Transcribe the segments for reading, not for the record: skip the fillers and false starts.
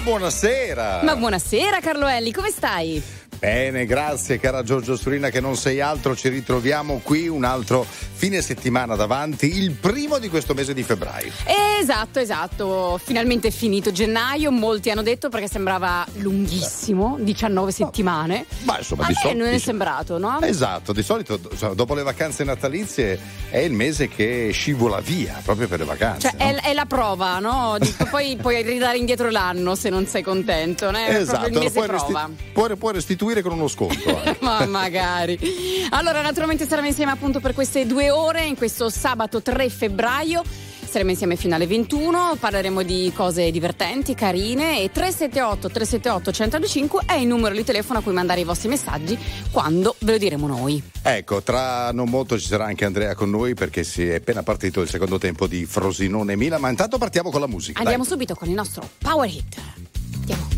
buonasera! Ma buonasera Carlo Elli, come stai? Bene, grazie cara Giorgio Surina, che non sei altro. Ci ritroviamo qui un altro fine settimana davanti, il primo di questo mese di febbraio. Esatto, finalmente è finito gennaio. Molti hanno detto, perché sembrava lunghissimo, 19 settimane. Ma insomma, a me non è sembrato, no? Esatto, di solito dopo le vacanze natalizie è il mese che scivola via proprio per le vacanze, cioè no? è la prova, no? Poi puoi ridare indietro l'anno se non sei contento, no? È esatto, proprio il mese prova. Puoi restituire con uno sconto. Ma magari. Allora, naturalmente saremo insieme appunto per queste 2 ore in questo sabato 3 febbraio. Saremo insieme fino alle 21, parleremo di cose divertenti, carine, e 378-378-1025 è il numero di telefono a cui mandare i vostri messaggi quando ve lo diremo noi. Ecco, tra non molto ci sarà anche Andrea con noi, perché si è appena partito il secondo tempo di Frosinone Milan, ma intanto partiamo con la musica. Andiamo subito con il nostro Power Hit. Andiamo.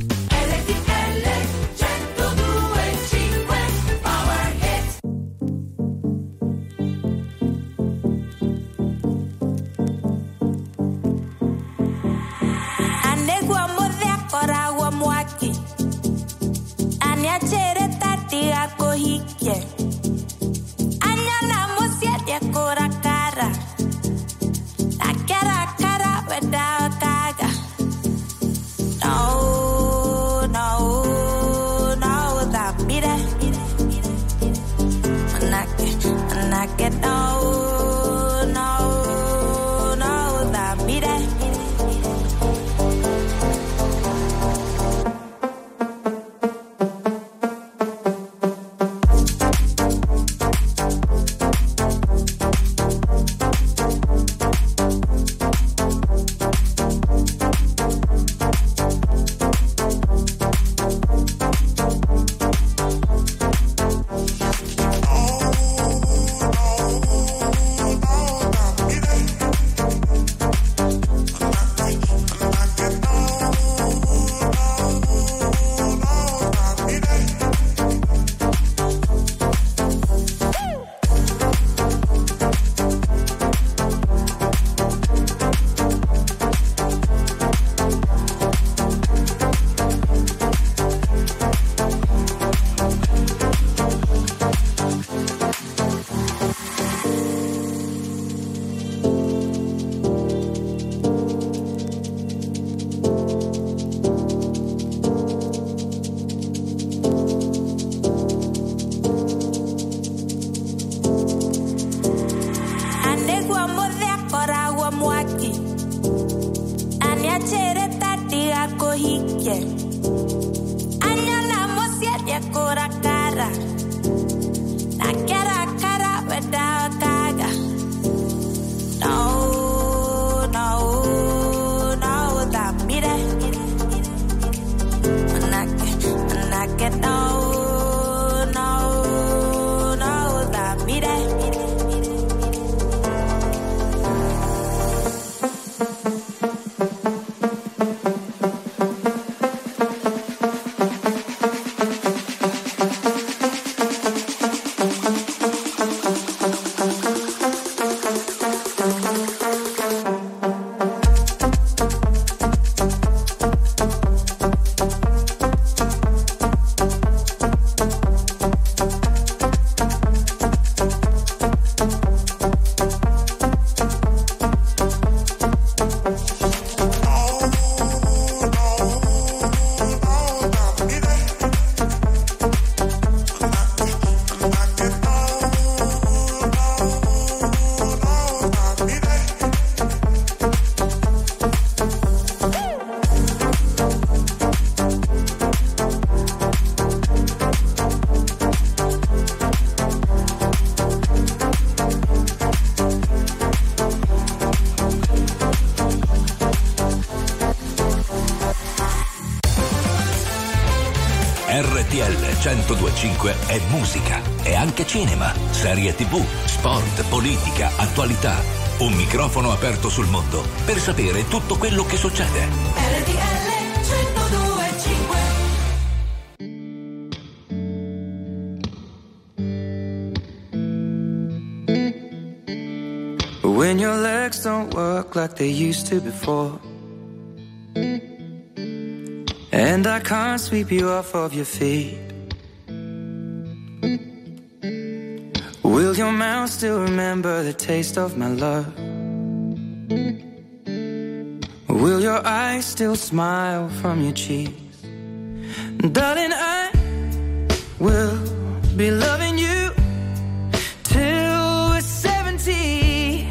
RTL 1025 è musica, è anche cinema, serie TV, sport, politica, attualità. Un microfono aperto sul mondo per sapere tutto quello che succede. RTL 1025. When your legs don't work like they used to before, and I can't sweep you off of your feet. Will your mouth still remember the taste of my love? Will your eyes still smile from your cheeks? Darling, I will be loving you till we're 70.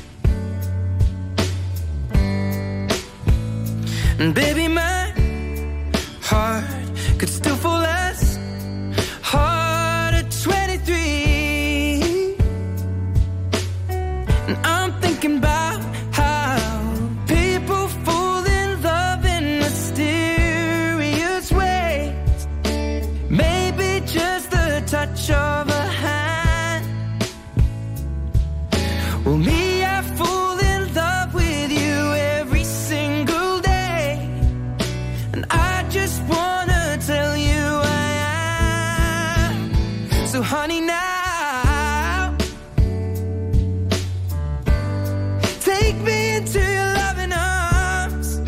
And baby, my heart could still fall as hard at 23. And I'm thinking about how people fall in love in mysterious ways. Maybe just the touch of a hand. Well, me, I fall in love with you every single day, and I just wanna tell you I am. So honey, now take me into your loving arms.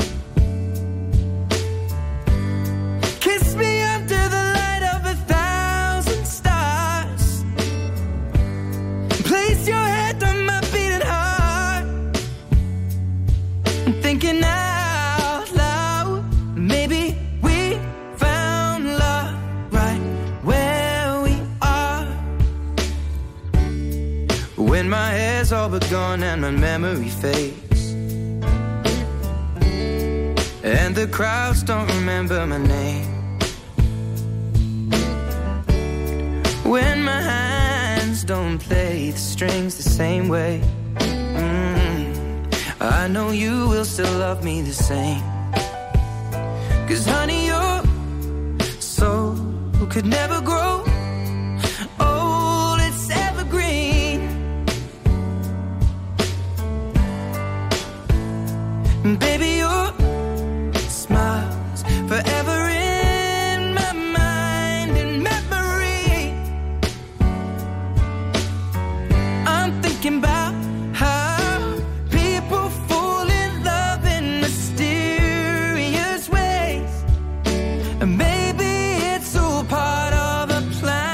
Kiss me under the light of 1,000 stars. Place your head on my beating heart. I'm thinking out loud, maybe we found love right where we are. When my hair's all but gone and my memory fades, and the crowds don't remember my name. When my hands don't play the strings the same way, I know you will still love me the same. 'Cause honey, your soul could never grow old, it's evergreen. Baby, your smile's forever in my mind and memory. I'm thinking about how people fall in love in mysterious ways, and maybe it's all part of a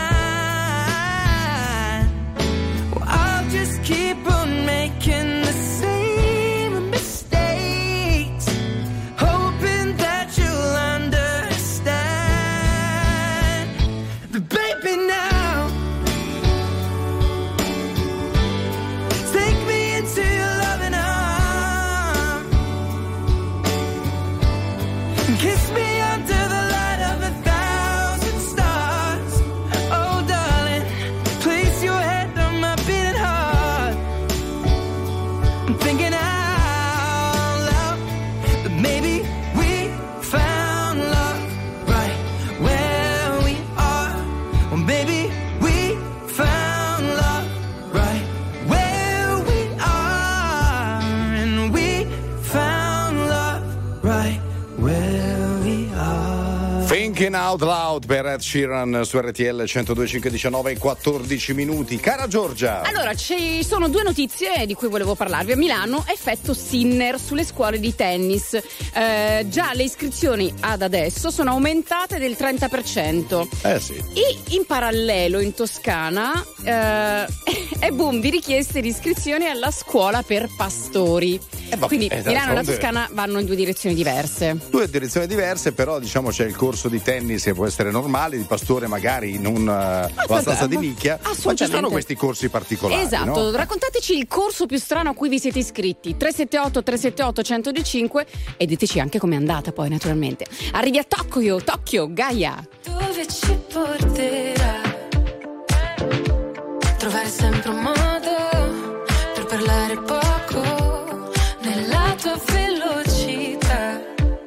plan. Well, I'll just keep on making the same mistakes, hoping that you'll understand. But baby, now take me into your loving arms. Kiss me under the light of 1,000 stars. Oh, darling, place your head on my beating heart. I'm thinking out loud that maybe we found love right where we are. Well, maybe we found love right where we are. And we found love right where we are. Thinking Out Loud per Ed Sheeran su RTL 102.5, 19 e 14 minuti. Cara Giorgia, Allora, ci sono due notizie di cui volevo parlarvi. A Milano, effetto Sinner sulle scuole di tennis. Già le iscrizioni ad adesso sono aumentate del 30%. sì. E in parallelo in Toscana è boom di richieste di iscrizioni alla scuola per pastori. vabbè, Quindi Milano e la d'altronde- Toscana vanno in due direzioni diverse. Due direzioni diverse, però diciamo c'è il corso di tennis che può essere normale, di pastore magari non abbastanza di nicchia, ma ci sono Assolutamente. questi corsi particolari. Esatto, no? raccontateci il corso più strano a cui vi siete iscritti. 378-378-1025 e diteci anche com'è andata poi, naturalmente. Arrivi a Tokyo, Gaia. Dove ci porterà? Trovare sempre un modo per parlare poco nella tua velocità.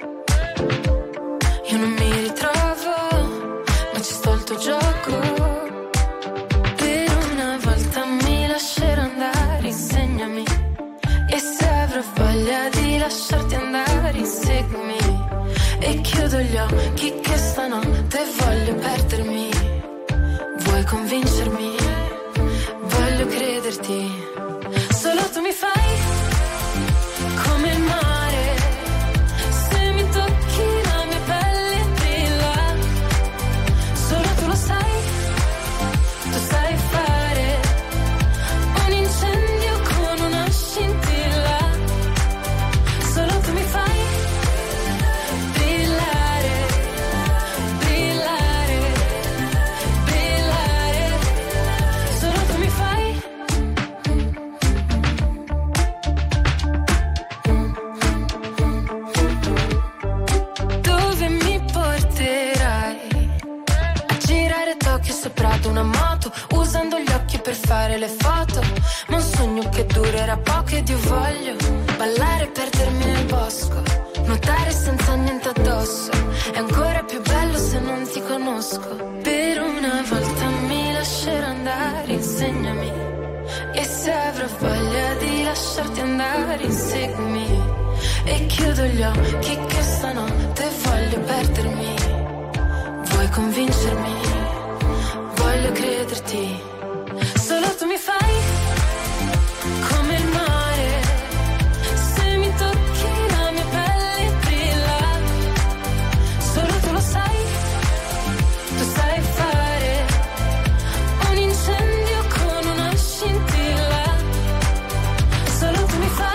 Io non mi ritrovo, ma ci sto al tuo gioco. Per una volta mi lascerò andare, insegnami. E se avrò voglia di lasciarti andare, inseguimi. E chiudo gli occhi che stanotte voglio perdermi. Vuoi convincermi? Voglio crederti. Solo tu mi fai come il mare. Se mi tocchi la mia pelle moto, usando gli occhi per fare le foto. Ma un sogno che durerà poco ed io voglio ballare e perdermi nel bosco, nuotare senza niente addosso. È ancora più bello se non ti conosco. Per una volta mi lascerò andare, insegnami. E se avrò voglia di lasciarti andare, inseguimi. E chiudo gli occhi che stanotte voglio perdermi. Vuoi convincermi? Voglio crederti. Solo tu mi fai come il mare. Se mi tocchi la mia pelle brilla. Solo tu lo sai. Tu sai fare un incendio con una scintilla. Solo tu mi fai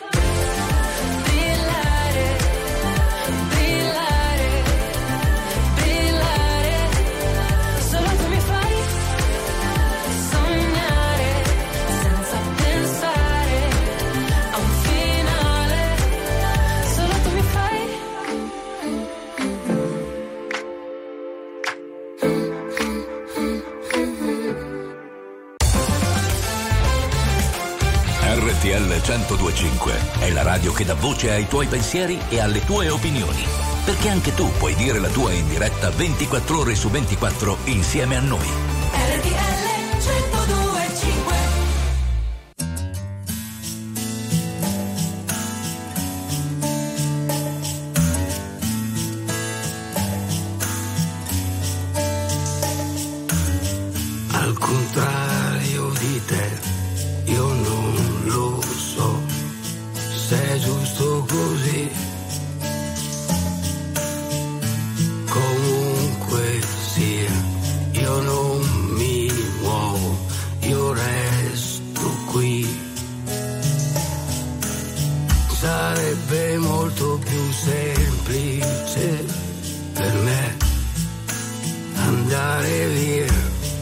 brillare, brillare, brillare. Solo tu mi fai sognare senza pensare a un finale. Solo tu mi fai. RTL 102.5 è la radio che dà voce ai tuoi pensieri e alle tue opinioni. Perché anche tu puoi dire la tua in diretta 24 ore su 24 insieme a noi. RTL 102.5. Al contrario di te, io non lo so se è giusto così. Comunque sia, io non mi muovo, io resto qui. Sarebbe molto più semplice per me andare via.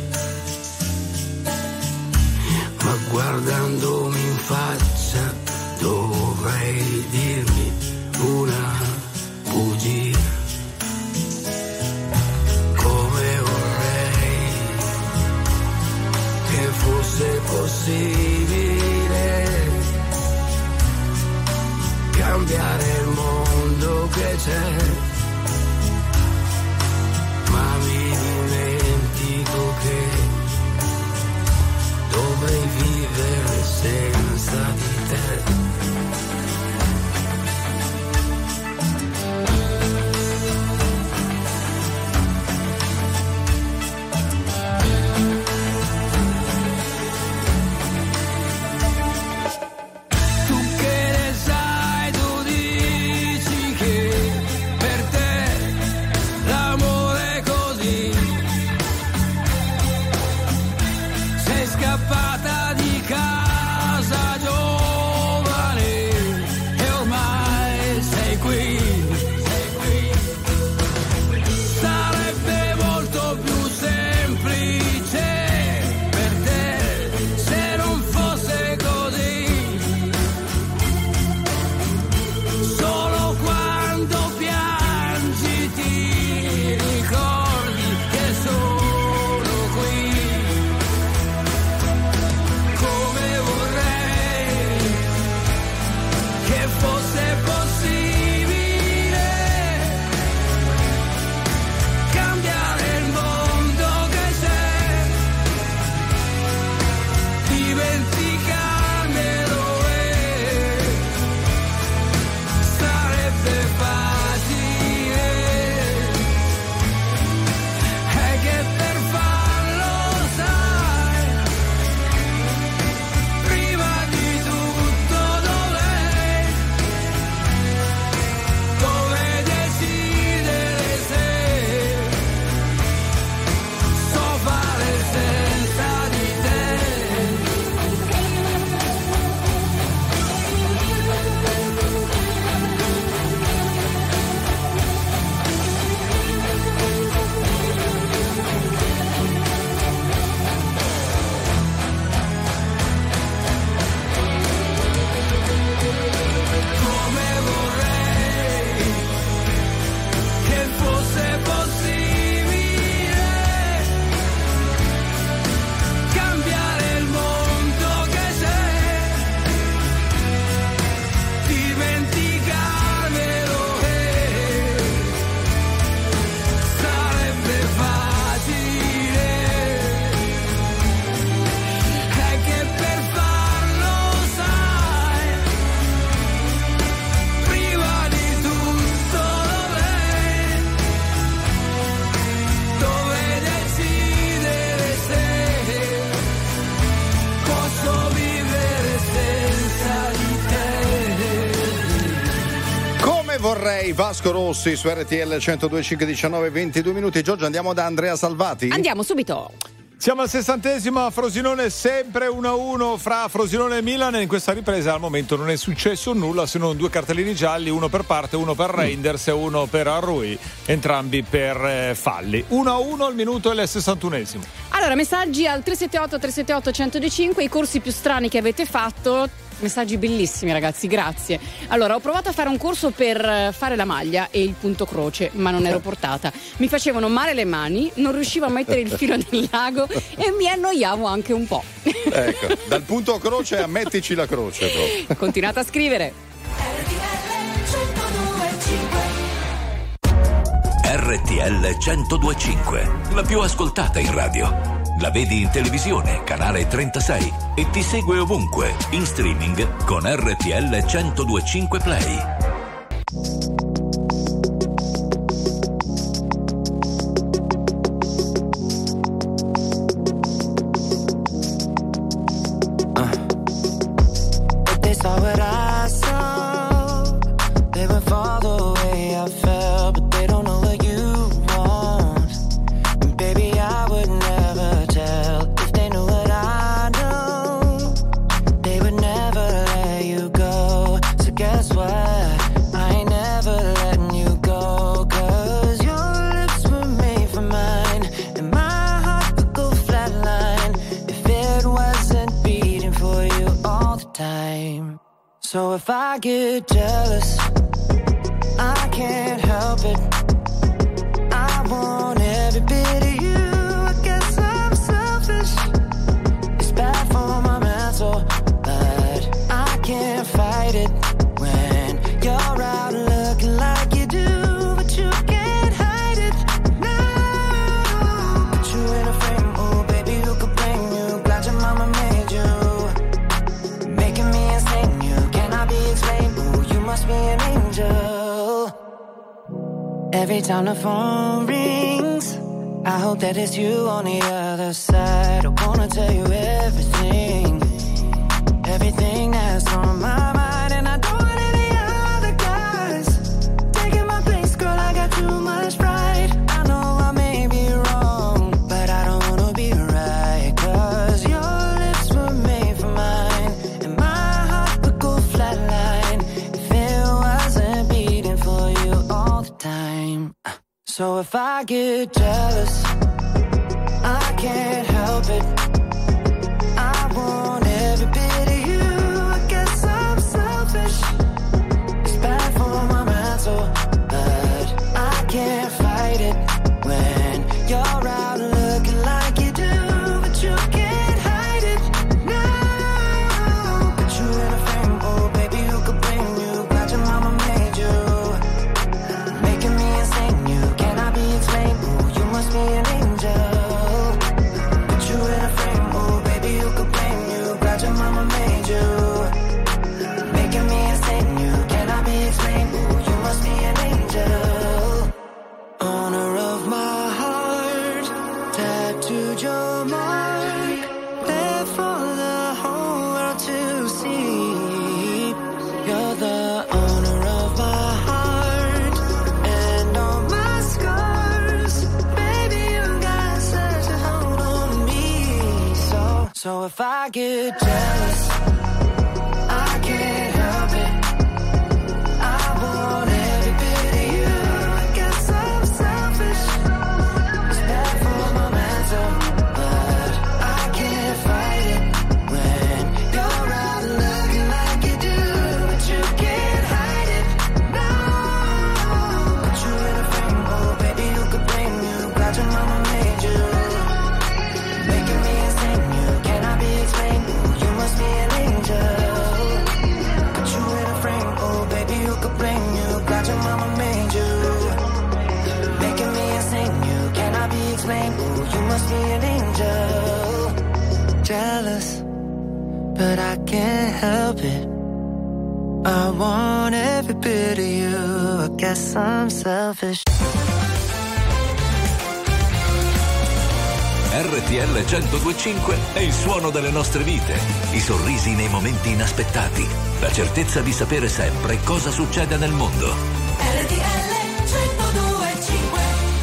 Ma guardandomi in faccia dovrei dirmi una bugia. Come vorrei che fosse possibile cambiare il mondo che c'è, ma mi dimentico che dovrei vivere senza di te. Vorrei, Vasco Rossi su RTL 102.5, 19:22 minuti. Giorgio, andiamo da Andrea Salvati? Andiamo subito. Siamo al 60° a Frosinone, sempre 1-1 fra Frosinone e Milan, e in questa ripresa al momento non è successo nulla se non 2 cartellini gialli, uno per parte, uno per Reinders e uno per Arrui, entrambi per falli. 1-1 al minuto e al 61esimo. Allora, messaggi al 378-378-1025, i corsi più strani che avete fatto. Messaggi bellissimi, ragazzi, grazie. Allora, ho provato a fare un corso per fare la maglia e il punto croce, ma non ero portata. Mi facevano male le mani, non riuscivo a mettere il filo nel lago e mi annoiavo anche un po'. Ecco, dal punto croce a mettici la croce proprio. Continuate a scrivere. RTL 102.5, la più ascoltata in radio. La vedi in televisione, canale 36, e ti segue ovunque, in streaming con RTL 102.5 Play. They saw what I saw. They would fall the way I felt, but they don't know what you want. And baby, I would never tell. If they knew what I know, they would never let you go. So guess what? I ain't never letting you go. 'Cause your lips were made for mine, and my heart would go flatline if it wasn't beating for you all the time. So if I get jealous, I can't help it. I want every bit of you. I guess I'm selfish. It's bad for my mental, but I can't fight it when you're out looking like you do, but you can't hide it. No, put you in a frame, oh baby, who could blame you? Glad your mama made you, making me insane. You cannot be explained. Oh, you must be an angel. Every time the phone rings, I hope that it's you on the other side. I wanna tell you everything, everything that's on my mind. And I don't want any other guys taking my place, girl, I got too much pride. I know I may be wrong, but I don't wanna be right. 'Cause your lips were made for mine, and my heart would go flatline if it wasn't beating for you all the time. So if I get jealous, I can't help it. I want every bit of you. I guess I'm selfish. It's bad for my mental, but I can't fight it when you're out looking like you do, but you can't hide it. No, put you in a frame, oh baby, who could blame you? Glad your mama made you, making me insane. You cannot be explained. Oh, you must be an angel. Put you in a frame, oh baby, who could blame you? Glad your mama made you, making me insane. You cannot be explained. Oh, you must be an angel. Owner of my heart, tattooed your mark, there for the whole world to see. You're the owner of my heart and all my scars. Baby, you got such a hold on me. So if I get jealous, I can't help it. I want every bit of you. I guess I'm selfish. It's bad for my mental, but I can't fight it when you're out looking like you do, but you can't hide it. No, put you in a frame, oh baby, who could blame you? Glad your mama made you, making me insane. You cannot be explained. Oh, you must be an angel. Put you in a frame, oh baby, who could blame you? Glad your mama made you, making me insane. You cannot be explained. Oh, you must be an angel. Jealous, but I can't help it. I want every bit of you. I guess I'm selfish. RTL 102.5 è il suono delle nostre vite, i sorrisi nei momenti inaspettati, la certezza di sapere sempre cosa succede nel mondo. RTL 102.5.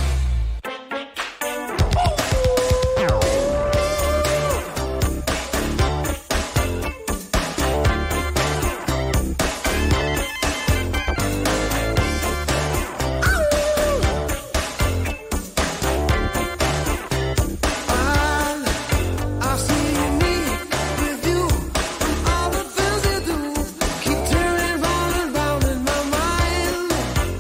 I see me with you, all the things you do keep turning round and round in my mind.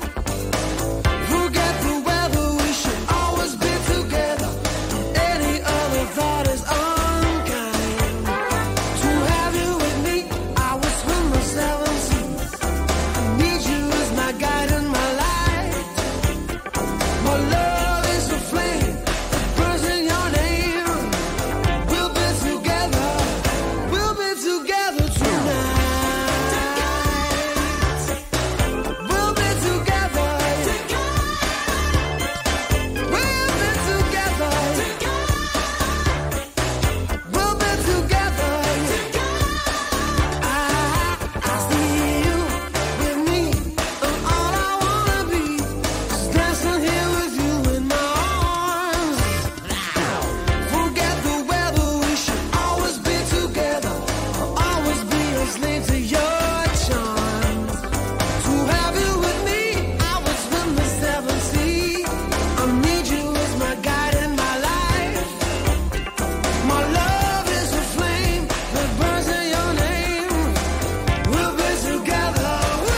Forget the weather, we should always be together. Any other thought is unkind. To have you with me, I would swim the seven seas. I need you as my guide and my light. My love is a flame that burns in your name. We'll be together tonight. We'll be together. We'll be together. We'll be together. I see you with me, and all I wanna be is dancing here with you in my arms. Forget the weather, we should always be together. I'll always be a slave to your charms. To have you with me, I would swim the seven seas. I need you as my guide and my life. My love is a flame that burns in your name. We'll be together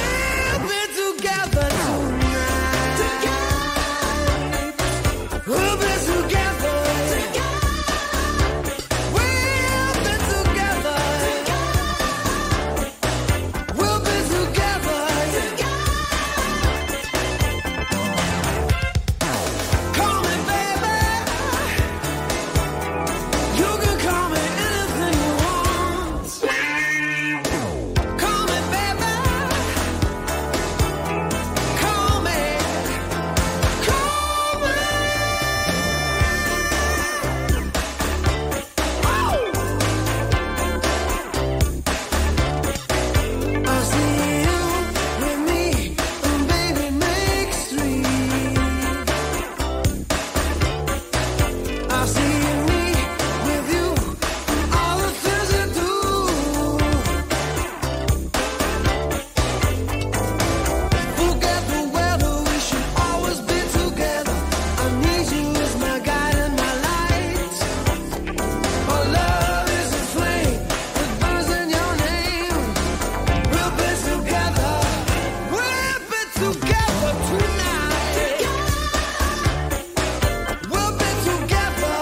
tonight. We'll be together. We'll be together. Call me baby. You can call me anything you want. Call me baby. Call me. I see you with me, and baby makes three. I see me with you, all the things you do. Forget the weather, we should always be together. I need you as my guide and my light. Our love is a flame that burns in your name. We'll be together. We'll be together tonight. We'll be together.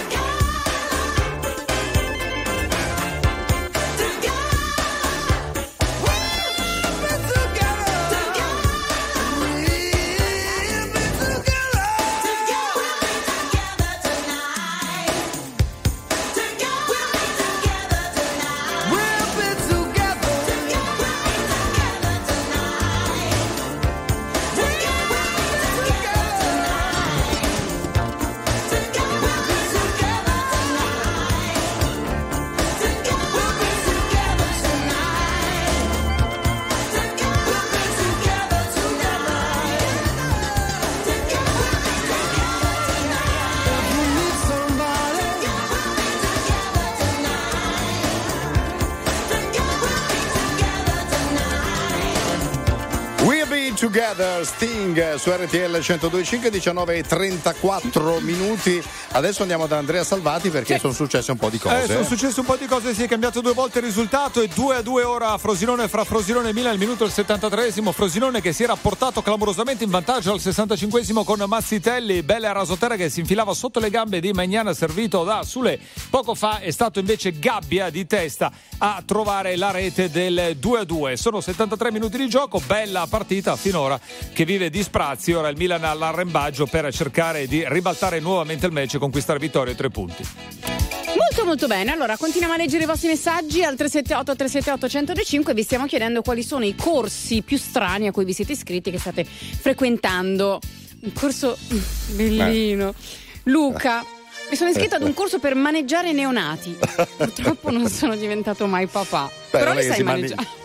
We'll be together, Sting su RTL 102.5, 19:34 minuti. Adesso andiamo da Andrea Salvati perché sono successe un po' di cose. Sono successe un po' di cose, si è cambiato 2 volte il risultato e 2-2 ora a Frosinone, fra Frosinone e Milan, il minuto il 73esimo. Frosinone che si era portato clamorosamente in vantaggio al 65esimo con Mazzitelli, bella rasoterra che si infilava sotto le gambe di Magnana, servito da Sule. Poco fa è stato invece Gabbia di testa a trovare la rete del 2-2. Sono 73 minuti di gioco, bella partita finora che vive di sprazzi. Ora il Milan all'arrembaggio per cercare di ribaltare nuovamente il match e conquistare vittoria e 3 punti. Molto molto bene, allora continuiamo a leggere i vostri messaggi al 378 378 105. Vi stiamo chiedendo quali sono i corsi più strani a cui vi siete iscritti, che state frequentando. Un corso bellino. Luca, mi sono iscritto ad un corso per maneggiare neonati. Purtroppo non sono diventato mai papà. Beh, però non è li che sai maneggiare.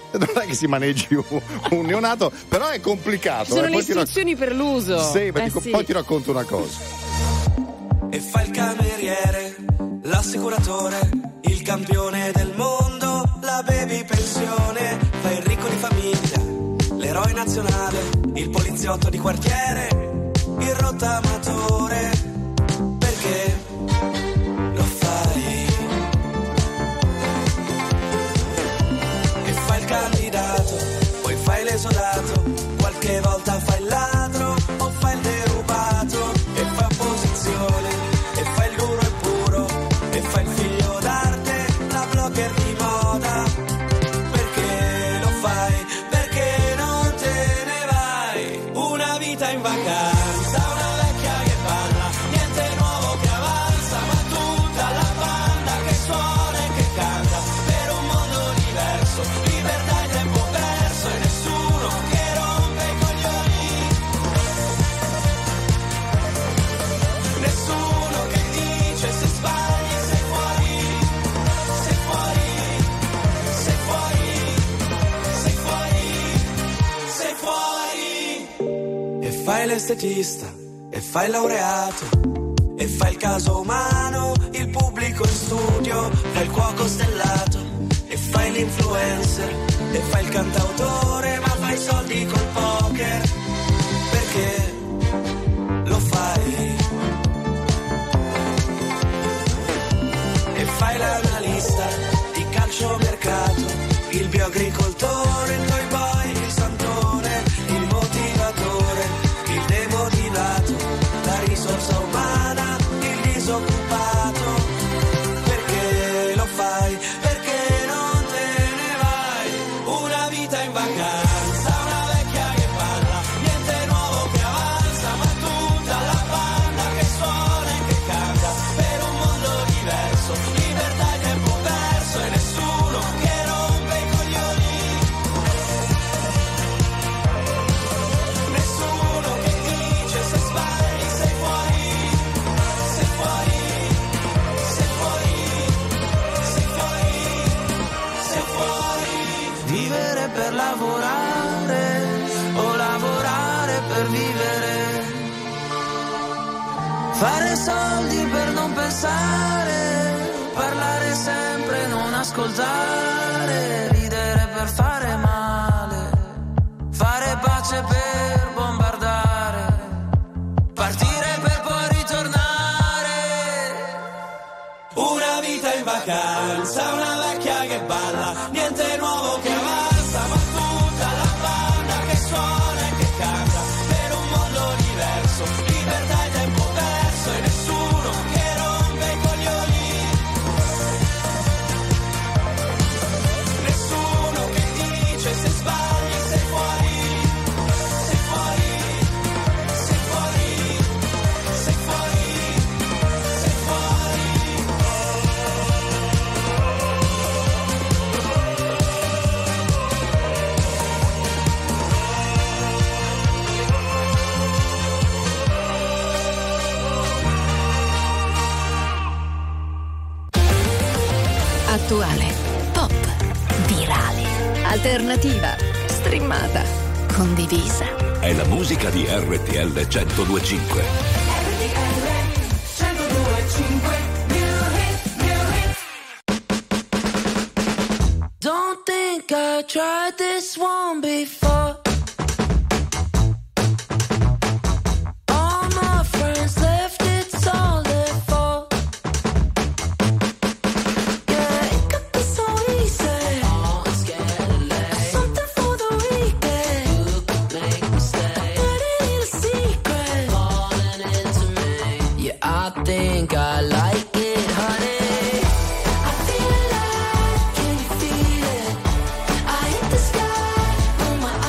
non è che si maneggi un neonato, però è complicato. Ci sono le Poi istruzioni per l'uso. Sì, sì. poi ti racconto una cosa. E fa il cameriere, l'assicuratore, il campione del mondo, la baby pensione, fa il ricco di famiglia, l'eroe nazionale, il poliziotto di quartiere, il rottamatore. Perché lo fai? E fai il candidato, poi fai l'esodato, qualche volta fai il ladro o fai il derubato, e fai opposizione, e fai il duro e puro, e fai il figlio d'arte, la blogger di moda. Perché lo fai? Perché non te ne vai? Una vita in vacanza, una vecchia che parla, niente nuovo che avanza, ma tutta la banda che suona e che canta, per un mondo diverso, libertà e tempo perso, e nessuno che rompe i coglioni, nessuno che dice se sbagli, sei fuori, sei fuori, sei fuori, sei fuori, sei fuori. E fai l'estetista, e fai il laureato, e fai il caso umano, il pubblico in studio, fai il cuoco stellato, e fai l'influencer, e fai il cantautore, ma fai soldi col poker. Perché lo fai? E fai l'analista di calciomercato, il bioagricoltore, il toy boy, il santone, il motivatore, il demotivato, la risorsa umana, il disoccupato. Perché lo fai? Perché non te ne vai? Una vita in vacanza, una vecchia che parla, niente nuovo che avanza, ma tutta la banda che suona e che canta, per un mondo diverso, libertà e tempo perso, e nessuno che rompe i coglioni, nessuno che dice se sbagli, sei fuori, sei fuori, sei fuori, sei fuori, sei fuori. Vivere per lavorare o lavorare per vivere, fare soldi per non pensare, parlare sempre, non ascoltare, ridere per fare male, fare pace per bombardare, partire per poi ritornare. Una vita in vacanza, una vecchia che balla, niente nuovo che avanza, ma tutta la banda che suona e che canta, per un mondo diverso, libertà e tempo perso, e nessuno che rompe i coglioni, nessuno che dice se sbagli, sei fuori, sei fuori, sei fuori, sei fuori, sei fuori. Attuale, pop, virale, alternativa, streamata, condivisa. È la musica di RTL 102.5. Don't think I tried this one before. All my friends left, it's all their fault. Yeah, it could be so easy. Something for the weekend. You could make me stay. But it ain't a secret. Falling into me. Yeah, I think I like it, honey. I feel alive, can you feel it? I hit the sky, put my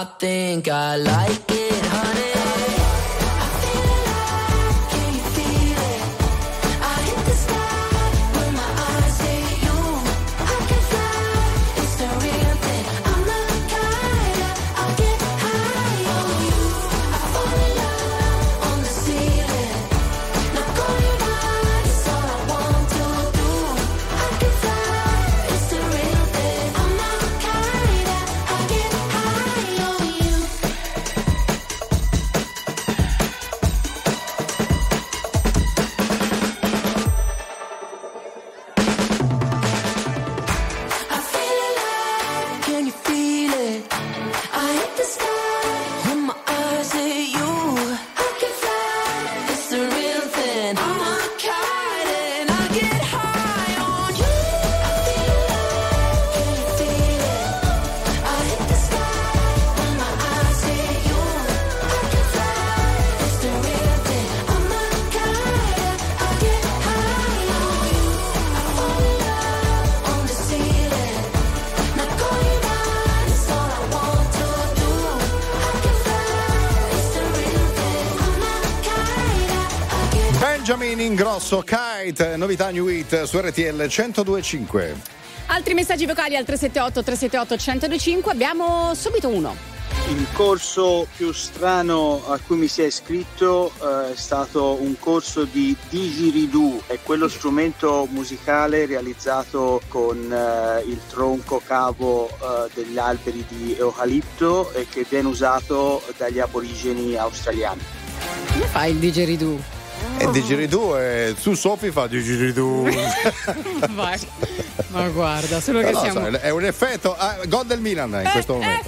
I think I like it, honey. Benjamin Ingrosso, Kite, novità New Hit su RTL 102.5. Altri messaggi vocali al 378-378-1025, abbiamo subito uno. Il corso più strano a cui mi si è iscritto è stato un corso di didgeridoo, è quello strumento musicale realizzato con il tronco cavo degli alberi di eucalipto e che viene usato dagli aborigeni australiani. Come fai il didgeridoo? E didgeridoo tu Sofi fa didgeridoo. Vai. Ma guarda, solo che siamo... so, è un effetto gol del Milan in questo momento.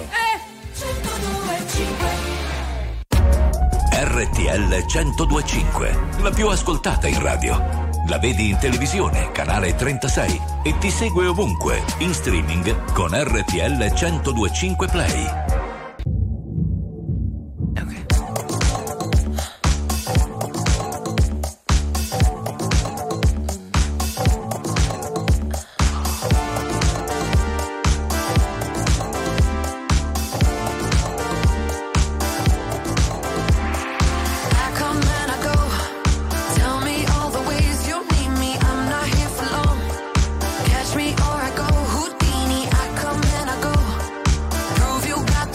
RTL 102.5, la più ascoltata in radio. La vedi in televisione, canale 36 e ti segue ovunque, in streaming con RTL 102.5 Play. Catch me or I go Houdini. I come and I go. Prove you got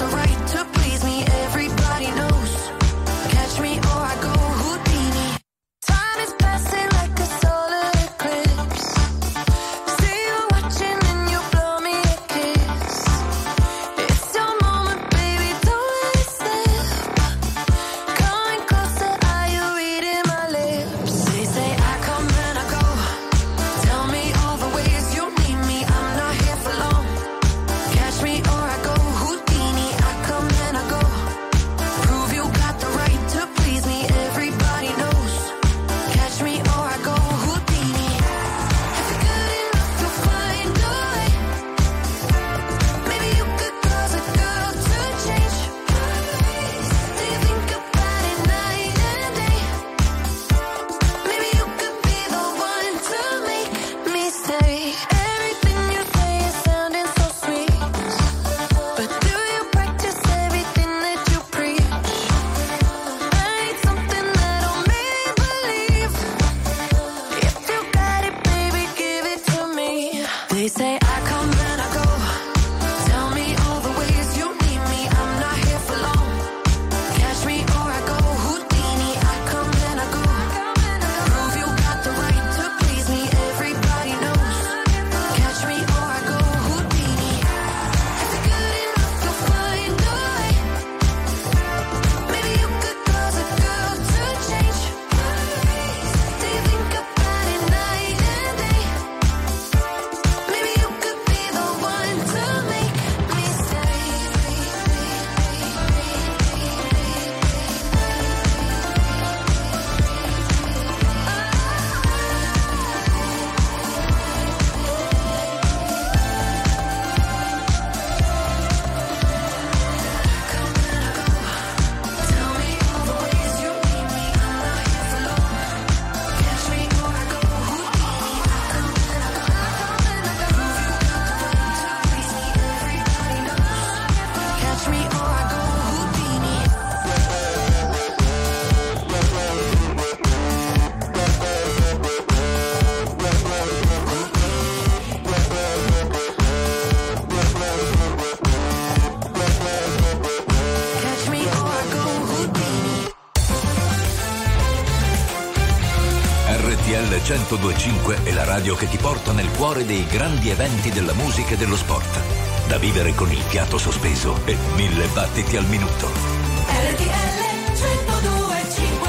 102.5 è la radio che ti porta nel cuore dei grandi eventi della musica e dello sport. Da vivere con il fiato sospeso e 1000 battiti al minuto. RTL 102.5.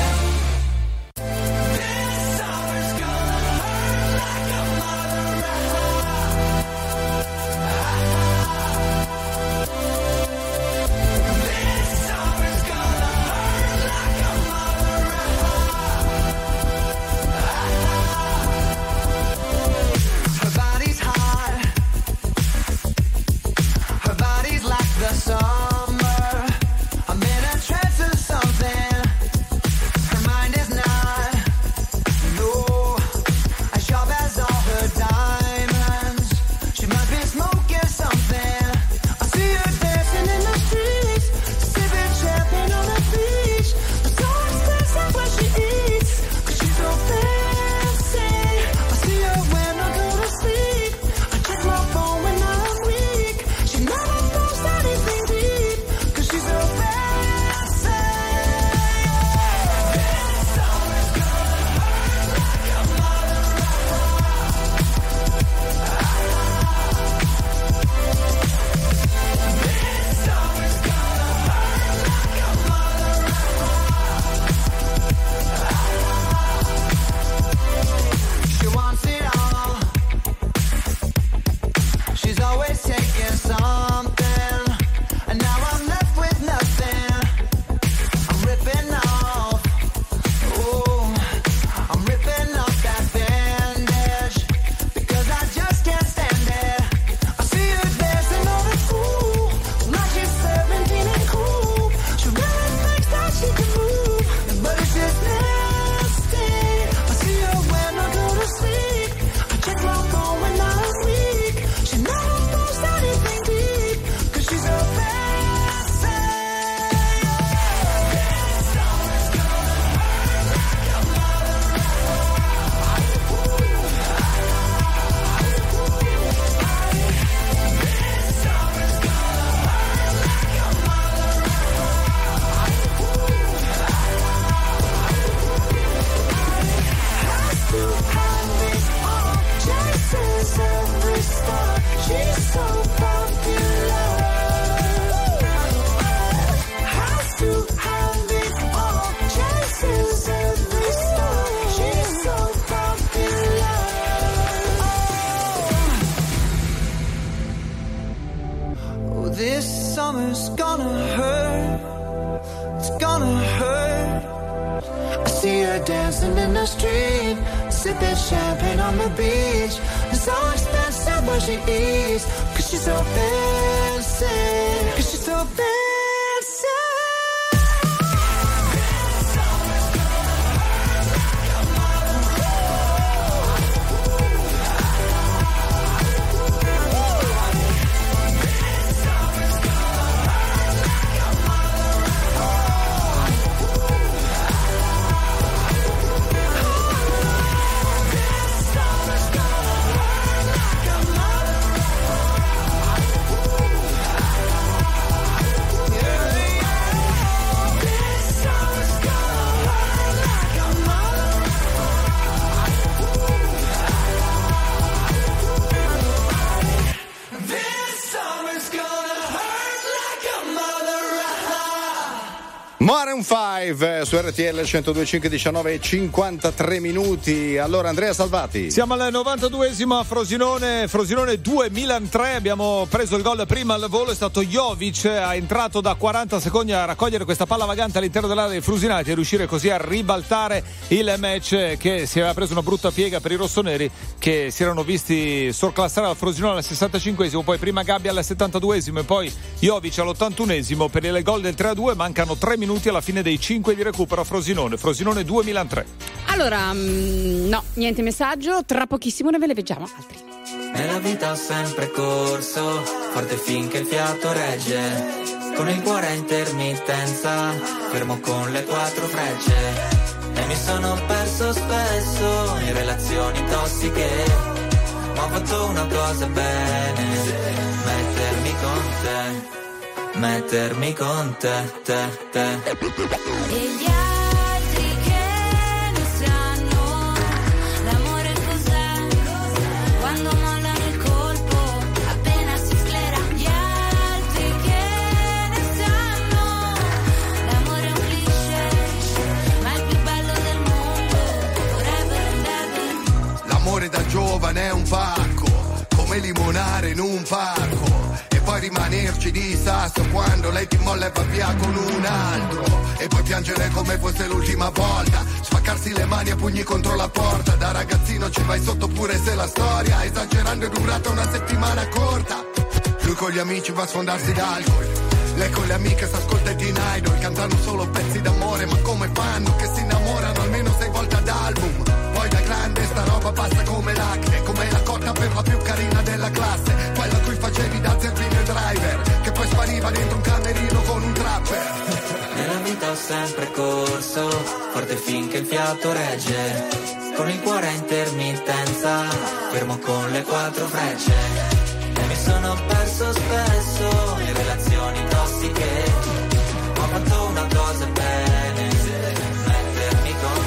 Her body's hot. Her body's like the summer. I'm in a trance of something. Her mind is not. No, as sharp as all her diamonds. She must be smoking something. I see her dancing in the streets, sipping champagne on the beach. It's so expensive what she eats, 'cause she's so fancy. I see her when I go to sleep. I check my phone when I'm weak. She never posts anything deep, 'cause she's so fancy. She wants it all. She's always taking something, and now I'm left with nothing. I'm ripping off, oh, I'm ripping off that bandage, because I just can't stand it. I see her dancing on the pool, like she's 17 and cool. She really thinks that she can move, but it's just nasty. I see her when I go to sleep. I check my phone when I'm weak. She never posts anything deep, 'cause she's so fancy. Chases every star. She's so popular. Has to have it all. Chases every star. She's so popular. Oh, this summer's gonna hurt. It's gonna hurt. I see her dancing in the street, sipping champagne on the beach. It's so expensive what she eats, 'cause she's so fancy. 'Cause she's so fancy. Maroon 5 su RTL 102.5, 19:53 minuti. Allora, Andrea Salvati. Siamo al 92esimo a Frosinone 2 Milan 3. Abbiamo preso il gol prima al volo, è stato Jovic, ha entrato da 40 secondi a raccogliere questa palla vagante all'interno dell'area dei Frusinati e riuscire così a ribaltare il match, che si aveva preso una brutta piega per i rossoneri, che si erano visti sorclassare al Frosinone al 65esimo, poi prima Gabbia al 72esimo e poi Jovic all'81esimo per il gol del 3-2. Mancano 3 minuti alla fine dei 5 di recupero a Frosinone 2 Milan 3. Allora, no, niente messaggio, tra pochissimo ne ve le leggiamo altri. Nella vita ho sempre corso, forte finché il fiato regge, con il cuore a intermittenza, fermo con le 4 frecce. E mi sono perso spesso in relazioni tossiche, ma ho fatto una cosa bene, mettermi con te. E gli altri che non sanno l'amore giovane è un pacco, come limonare in un parco, e poi rimanerci di sasso quando lei ti molla e va via con un altro, e poi piangere come fosse l'ultima volta, spaccarsi le mani a pugni contro la porta. Da ragazzino ci vai sotto pure se la storia esagerando è durata una settimana corta. Lui con gli amici va a sfondarsi d'alcol, lei con le amiche s'ascolta i Teen Idol, cantano solo pezzi d'amore, ma come fanno che si innamorano almeno 6 volte ad album? Poi da grande sta roba passa come l'acne, come la cotta per la più carina della classe, quella a cui facevi da zerbino e driver, che poi spariva dentro un camerino con un trapper. Nella vita ho sempre corso, forte finché il fiato regge, con il cuore a intermittenza, fermo con le 4 frecce. E mi sono perso spesso in relazioni tossiche, ho fatto una cosa bene, mettermi con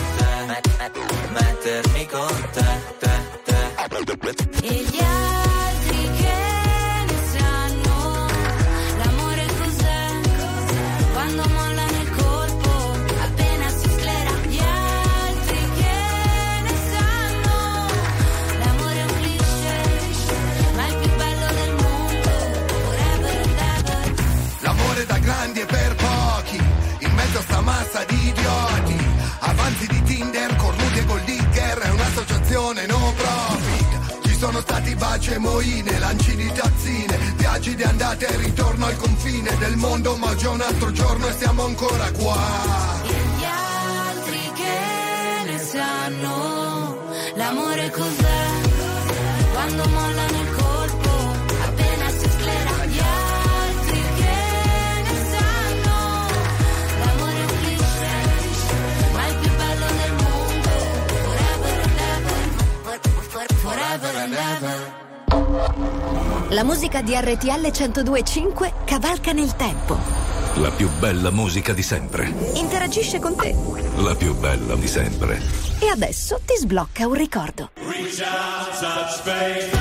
te. E gli altri che ne sanno, l'amore cos'è, quando mollano il colpo, appena si sclera. Gli altri che ne sanno, l'amore è un cliché, ma il più bello del mondo, forever and ever. L'amore da grandi e per pochi, in mezzo a sta massa di idioti, avanti di Tinder, cornuti e gold digger, è un'associazione no profit. Ci sono stati baci e moine, lanci di tazzine, viaggi di andata e ritorno al confine del mondo, ma già un altro giorno e siamo ancora qua. E gli altri che ne sanno, l'amore cos'è, quando mollano il colpo, appena si sclera. Gli altri che ne sanno, l'amore è un cliché, ma il più bello del mondo, forever and ever, forever and ever. La musica di RTL 102.5 cavalca nel tempo. La più bella musica di sempre. Interagisce con te. La più bella di sempre. E adesso ti sblocca un ricordo. Reach out, touch faith.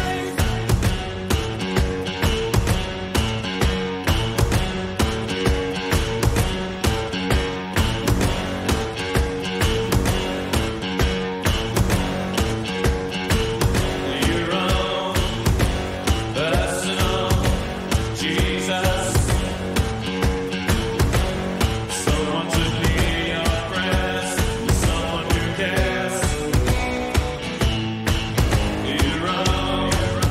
You're wrong.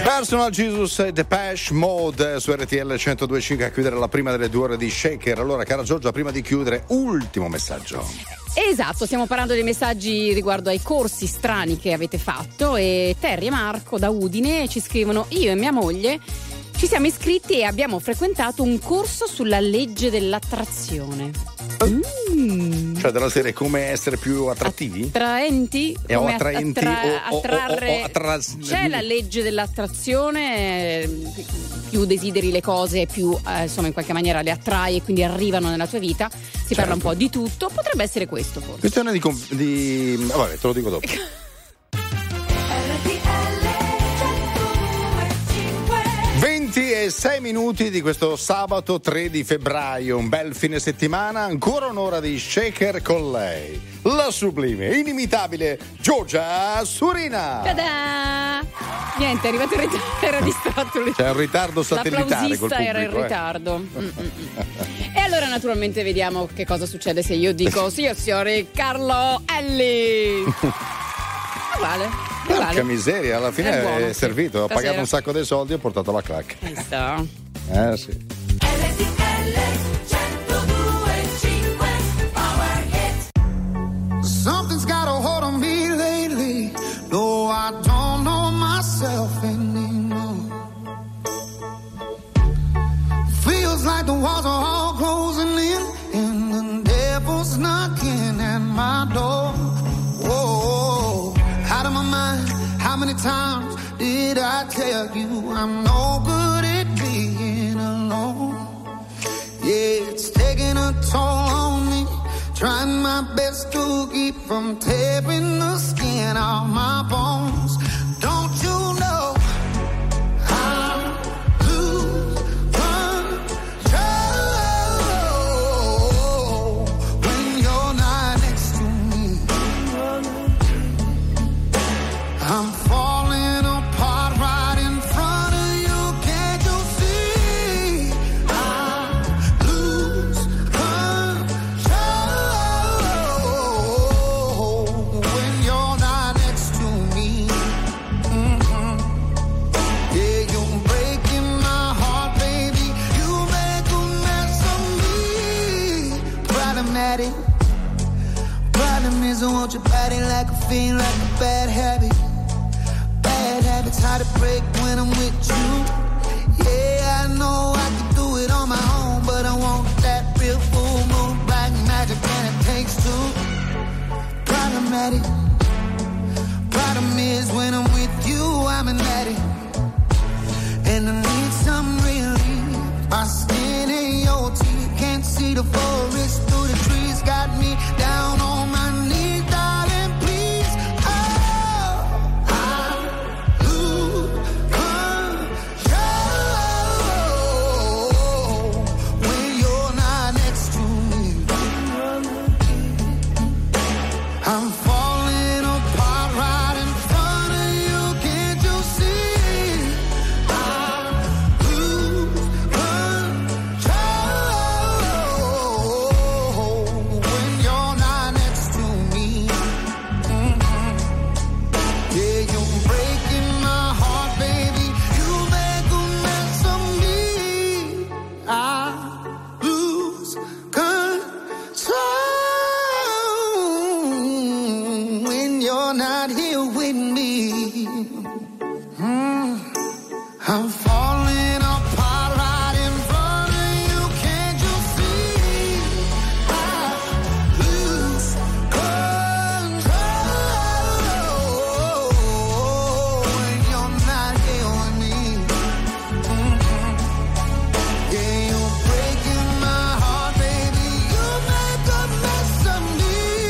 Personal Jesus e Depeche Mode su RTL 102.5 a chiudere la prima delle 2 ore di Shaker. Allora, cara Giorgia, prima di chiudere, ultimo messaggio. Esatto, stiamo parlando dei messaggi riguardo ai corsi strani che avete fatto e Terry e Marco da Udine ci scrivono: io e mia moglie ci siamo iscritti e abbiamo frequentato un corso sulla legge dell'attrazione. Cioè della serie come essere più attrattivi? Attraenti? O Come attraenti attrarre. C'è la legge dell'attrazione, più desideri le cose più insomma in qualche maniera le attrai e quindi arrivano nella tua vita. Si parla un po' di tutto, potrebbe essere questo forse. Questione di vabbè, te lo dico dopo. 26 minuti di questo sabato 3 di febbraio, un bel fine settimana, ancora un'ora di Shaker con lei, la sublime, inimitabile Giorgia Surina. Ta-da! Niente, è arrivato in ritardo, era distratto lui. C'è un ritardo satellitare col pubblico. Era in ritardo. E allora naturalmente vediamo che cosa succede se io dico signori Carlo Elli. Uguale. Porca miseria, alla fine buono, è servito, ho stasera. pagato un sacco di soldi e ho portato la clac. Visto? Sì. Something's got a hold on me lately. No, I don't know myself anymore. Feels like the walls are all closing in, and the devil's knocking at my door. Whoa, out of my mind. How many times did I tell you I'm no good at being alone? Yeah, it's taking a toll on me. Trying my best to keep from tearing the skin off my bones. Don't you know I lose control when you're not next to me? I'm falling apart right in front of you. Can't you see? I lose control when you're not next to me. Yeah, you're breaking my heart, baby. You make a mess of me. Problematic. Problem is I want your body like a fiend, like a bad habit. Bad habits hard to break when I'm with you. Yeah, I know I can do it on my own, but I want that real full moon, black magic, and it takes two. Problematic. Problem is when I'm with you, I'm an addict, and I need some relief. My skin and your teeth can't see the forest through the trees. Got me down on my knees, darling, please. Oh, I lose control when you're not next to me. I'm falling apart right in front of you. Can't you see? I lose control when you're not next to me. Yeah, you're breaking my heart, baby. You make a mess of me. I lose control when you're not here with me. I'm falling apart right in front of you. Can't you see? I lose control when you're not here with me. Yeah, you're breaking my heart, baby. You make a mess of me.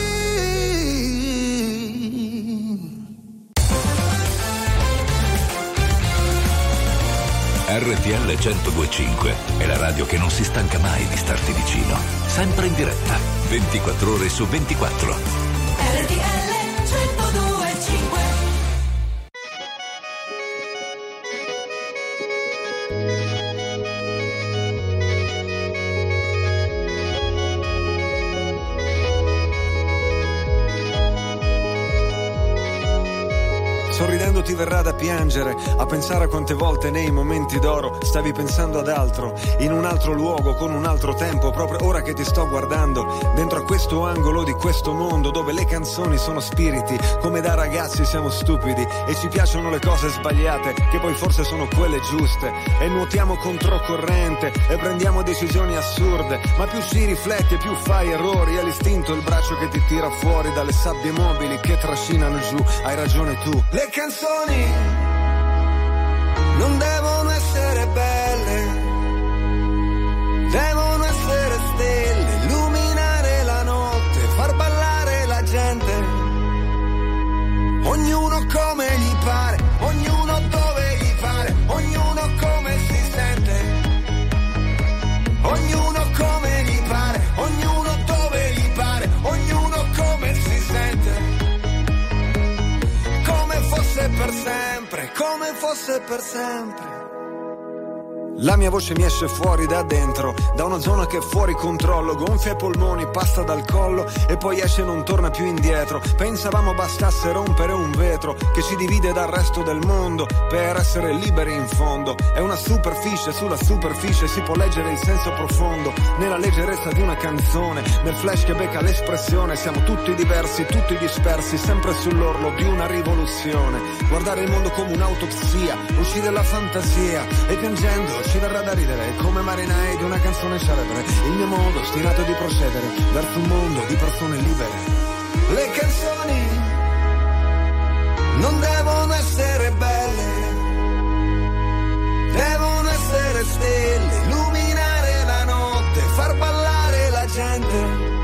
RTL 102.5 è la radio che non si stanca mai di starti vicino. Sempre in diretta, 24 ore su 24. RTL 102.5. Sorridendo quando ti verrà da piangere, a pensare a quante volte nei momenti d'oro stavi pensando ad altro, in un altro luogo, con un altro tempo, proprio ora che ti sto guardando, dentro a questo angolo di questo mondo dove le canzoni sono spiriti, come da ragazzi siamo stupidi e ci piacciono le cose sbagliate, che poi forse sono quelle giuste, e nuotiamo controcorrente e prendiamo decisioni assurde, ma più ci rifletti e più fai errori, è l'istinto il braccio che ti tira fuori dalle sabbie mobili che trascinano giù, hai ragione tu. Le canzoni non devono essere belle, devono essere stelle, illuminare la notte, far ballare la gente, ognuno come gli pare, ognuno dove gli pare, ognuno come si sente, ognuno come gli pare, ognuno dove gli pare, ognuno come si sente, come fosse per sempre, come fosse per sempre. La mia voce mi esce fuori da dentro, da una zona che è fuori controllo, gonfia i polmoni, passa dal collo e poi esce e non torna più indietro. Pensavamo bastasse rompere un vetro che ci divide dal resto del mondo per essere liberi in fondo. È una superficie, sulla superficie si può leggere il senso profondo, nella leggerezza di una canzone, nel flash che becca l'espressione. Siamo tutti diversi, tutti dispersi, sempre sull'orlo di una rivoluzione. Guardare il mondo come un'autopsia, uscire dalla fantasia e piangendo ci verrà da ridere come marinai di una canzone celebre. Il mio modo ostinato di procedere verso un mondo di persone libere. Le canzoni non devono essere belle, devono essere stelle, illuminare la notte, far ballare la gente,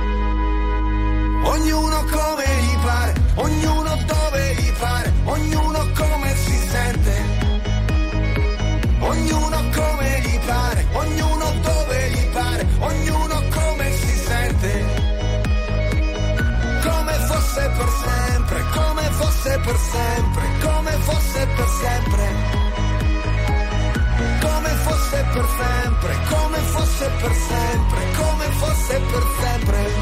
ognuno come gli pare, ognuno dove gli pare, ognuno come si sente, ognuno come gli pare, ognuno dove gli pare, ognuno come si sente, come fosse per sempre, come fosse per sempre, come fosse per sempre, come fosse per sempre, come fosse per sempre, come fosse per sempre.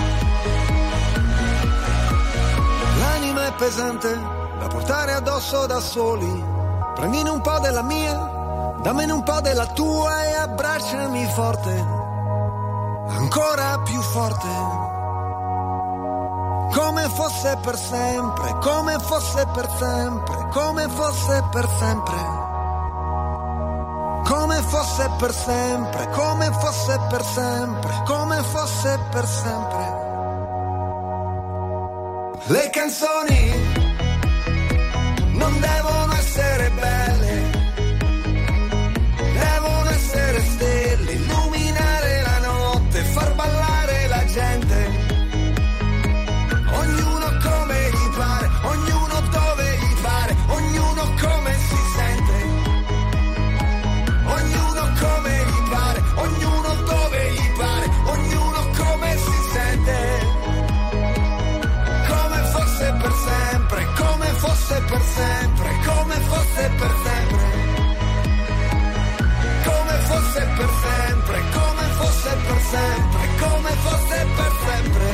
L'anima è pesante da portare addosso da soli, prendine un po' della mia, dammene un po' della tua e abbracciami forte, ancora più forte, come fosse per sempre, come fosse per sempre, come fosse per sempre, come fosse per sempre, come fosse per sempre, come fosse per sempre. Le canzoni non devono essere belle, devono essere stelle, illuminare la notte, far ballare la gente, ognuno come gli pare, ognuno dove gli pare, ognuno come si sente, ognuno come gli pare, ognuno dove gli pare, ognuno come si sente, come fosse per sempre, come fosse per sempre, come fosse per sempre, come fosse per sempre, come fosse per sempre, come fosse per sempre,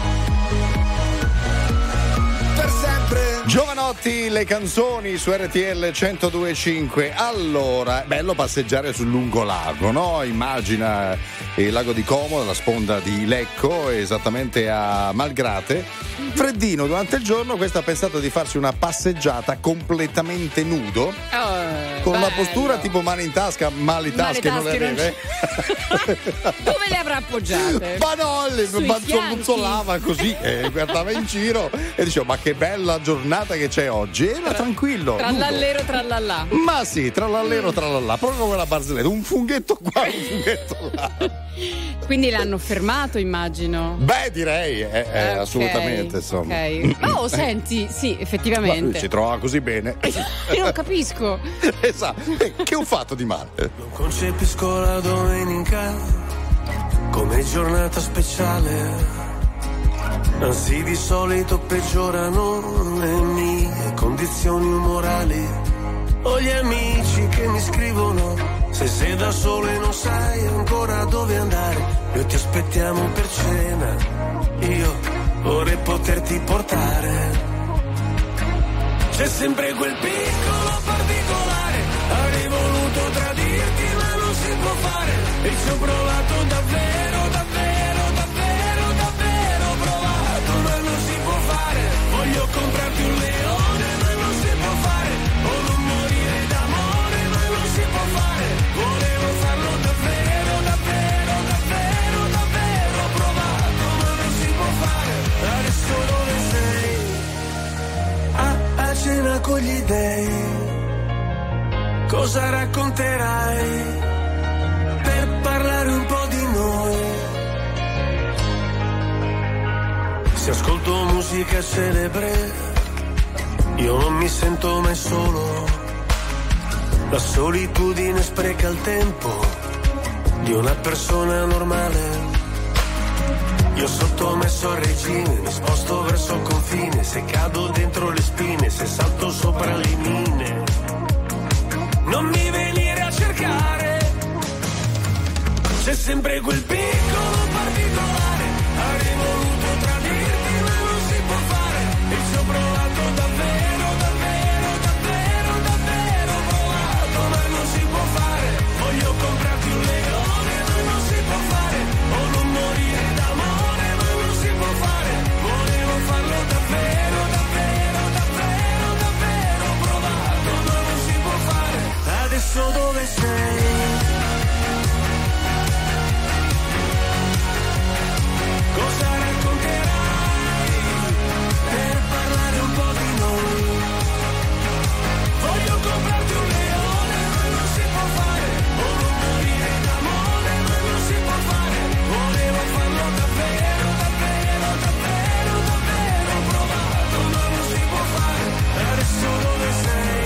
per sempre. Giovanotti, le canzoni su RTL 102.5. Allora, bello passeggiare sul lungolago, no? Immagina il lago di Como, la sponda di Lecco, esattamente a Malgrate. Freddino durante il giorno, questo ha pensato di farsi una passeggiata completamente nudo, con una postura tipo mani in tasca, ma le tasche non le aveva. Dove le avrà appoggiate? Ma no, le banzollava così, guardava in giro e diceva: ma che bella giornata che c'è oggi. Era tranquillo, Trallallero trallallà. ma sì, trallallero trallallà, proprio come la barzelletta, un funghetto qua, un funghetto là. Quindi l'hanno fermato, immagino. Beh, direi, assolutamente, insomma. Ok. Oh, senti, sì, effettivamente. Ma lui si trova così bene. Io non capisco. Esatto. Che ho fatto di male? Non concepisco la domenica come giornata speciale. Anzi, di solito peggiorano le mie condizioni umorali. Ho gli amici che mi scrivono: se sei da solo e non sai ancora dove andare, noi ti aspettiamo per cena, io vorrei poterti portare. C'è sempre quel piccolo particolare, avrei voluto tradirti ma non si può fare, e ci ho provato davvero, davvero, davvero, davvero provato, ma non si può fare, voglio comprarti un leone ma non si può fare, o non morire d'amore ma non si può fare, volevo farlo davvero, davvero, davvero, davvero provato, ma non si può fare, adesso dove sei? A cena con gli dèi, cosa racconterai per parlare un po' di noi? Se ascolto musica celebre, io non mi sento mai solo, la solitudine spreca il tempo di una persona normale. Io sottomesso al regime, mi sposto verso il confine, se cado dentro le spine, se salto sopra le mine, non mi venire a cercare, c'è sempre quel piccolo particolare, avrei voluto tradirti ma non si può fare, e ci ho provato davvero, davvero, davvero, davvero provato, ma non si può fare, voglio comprarti un leone ma non si può fare, o non morire d'amore ma non si può fare, volevo farlo davvero, davvero, davvero, davvero provato, ma non si può fare, adesso dove sei? Cosa racconterai per parlare un po' di noi? Voglio comprarti un leone ma non si può fare, o non morire d'amore ma non si può fare, volevo farlo davvero, davvero, davvero, davvero provato, ma non si può fare, adesso dove sei?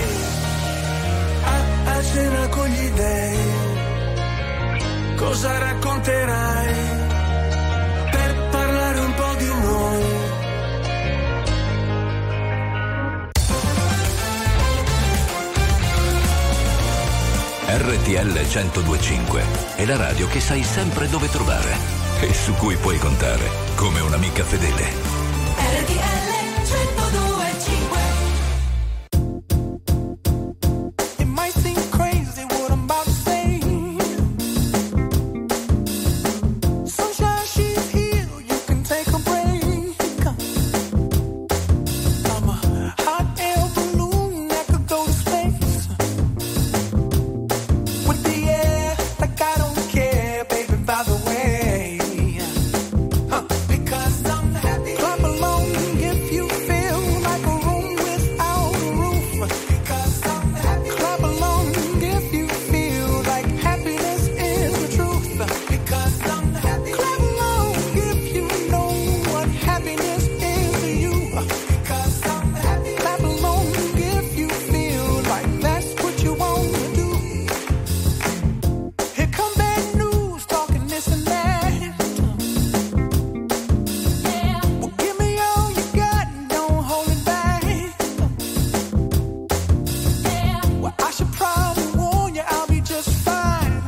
A cena con gli dèi, cosa racconterai per parlare un po' di noi? RTL 1025 è la radio che sai sempre dove trovare e su cui puoi contare come un'amica fedele. RTL 1025. It might seem crazy what I'm about to say. Sunshine, she's here, you can take a break. I'm a hot air balloon that could go to space. With the air, like I don't care, baby, by the way. Because I'm happy. Clap along if you feel like a room without a roof. Because I'm happy. Clap along if you feel like happiness is the truth. Because I'm happy. Clap along if you know what happiness is to you. Because I'm happy. Clap along if you feel like that's what you want to do. Here come bad news, talking this and that. Well, give me all you got and don't hold it back. Well, I should probably warn you, I'll be just fine.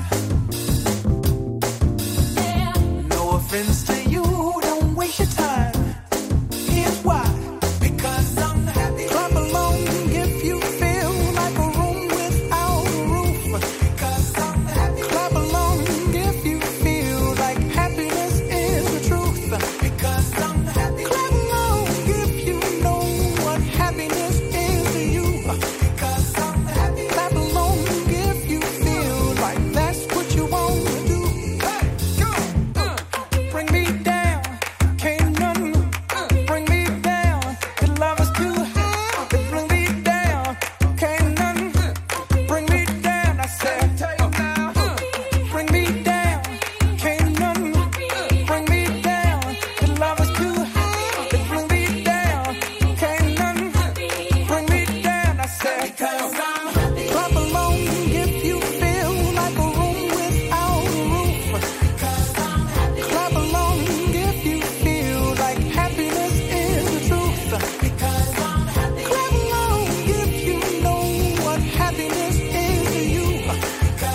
No offense to you, don't waste your time. Here's why. Because I'm happy. Clap along if you feel like a room without a roof. Because I'm happy. Clap along if you feel like happiness is the truth. Because I'm happy. Clap along if you know what happiness is to you. Because I'm happy. Clap along if you feel like that's what you want to do. Hey, go. Bring me down, can't none bring me down. Your love is too high. Bring me down, can't none bring me down. I said, bring me down, can't none bring me down. Your love is too high. Bring me down, can't none bring me down. I said, clap along if you feel like a room without a roof. Clap along if you feel like happiness is the truth. Clap along if you know what happiness is to you.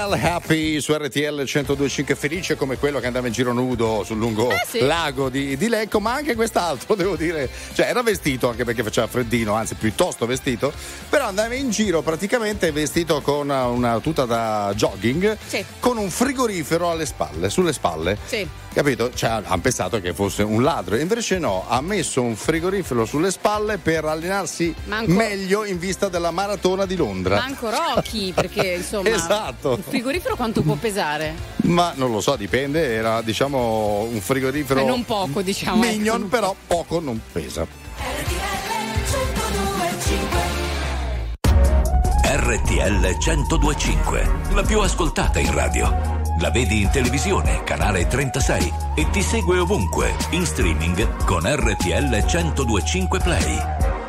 Well Happy su RTL 102.5, felice come quello che andava in giro nudo sul lungo lago di Lecco, ma anche quest'altro, devo dire, cioè era vestito anche perché faceva freddino, anzi piuttosto vestito, però andava in giro praticamente vestito con una tuta da jogging, con un frigorifero sulle spalle. Sì. Capito? Cioè, hanno pensato che fosse un ladro, invece no, ha messo un frigorifero sulle spalle per allenarsi meglio in vista della maratona di Londra. Manco Rocky, perché insomma esatto. il frigorifero quanto può pesare? Ma non lo so, dipende, era diciamo un frigorifero non poco, diciamo. Minion, ecco. però poco non pesa. RTL 102.5, la più ascoltata in radio. La vedi in televisione, canale 36, e ti segue ovunque, in streaming con RTL 102.5 Play.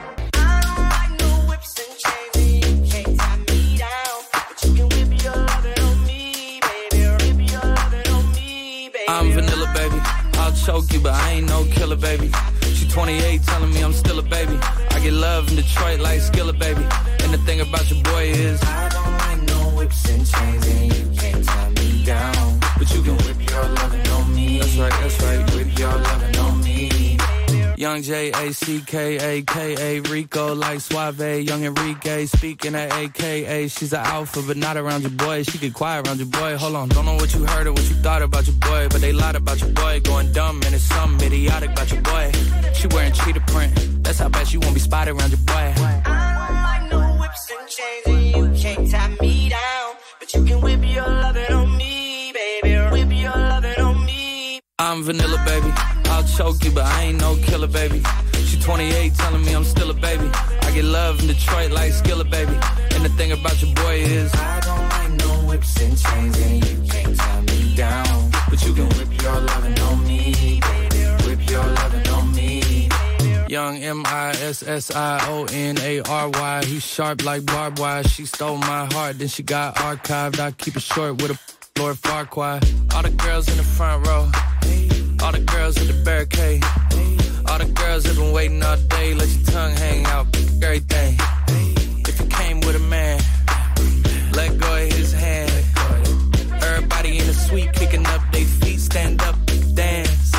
I'm vanilla, baby. I'll choke you, but I ain't no killer, baby. She 28, telling me I'm still a baby. I get love in Detroit like Skillet, baby. And the thing about your boy is I don't like no whips and chains, and you can't tie me down. But you can whip your lovin' on me. That's right, whip your lovin' on me. Young J-A-C-K-A-K-A, Rico like Suave, Young Enrique, speaking at AKA. She's an alpha, but not around your boy. She get quiet around your boy. Hold on, don't know what you heard or what you thought about your boy, but they lied about your boy. Going dumb, and it's something idiotic about your boy. She wearing cheetah print, that's how bad she won't be spotted around your boy. I don't like no whips and chains, and you can't tie me down. But you can whip your lovin' on me, baby. Whip your lovin' on me. I'm vanilla, baby. I'll choke you, but I ain't no killer, baby. She 28, telling me I'm still a baby. I get love in Detroit like Skillet, baby. And the thing about your boy is I don't like no whips and chains, and you can't tie me down. But you can whip your lovin' on me, baby. Whip your lovin' on me. Young M-I-S-S-I-O-N-A-R-Y. He's sharp like barbed wire. She stole my heart, then she got archived. I keep it short with a Lord Farquaad. All the girls in the front row, all the girls at the barricade, all the girls have been waiting all day. Let your tongue hang out, everything. If you came with a man, let go of his hand. Everybody in the suite kicking up their feet, stand up, dance.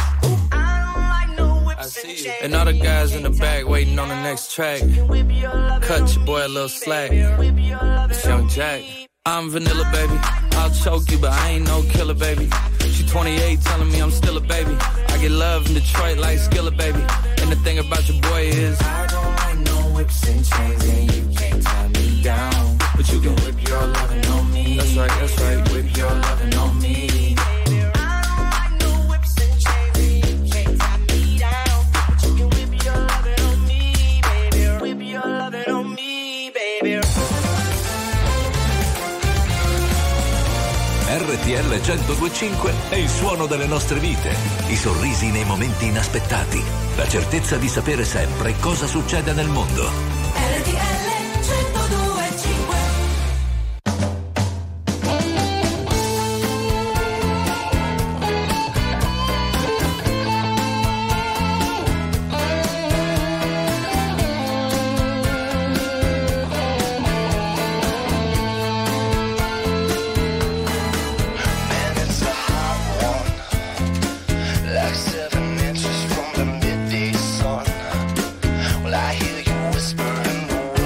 I see you. And all the guys in the back waiting on the next track. Cut your boy a little slack. It's Young Jack. I'm vanilla, baby. I'll choke you, but I ain't no killer, baby. She 28, telling me I'm still a baby. I get love in Detroit like Skillet, baby. And the thing about your boy is I don't like no whips and chains, and you can't tie me down. But you can whip your lovin' on me. That's right, whip your lovin' on me. RTL 102.5 è il suono delle nostre vite, i sorrisi nei momenti inaspettati, la certezza di sapere sempre cosa succede nel mondo. RTL 102.5. Like 7 inches from the midday sun. Well, I hear you whisper in the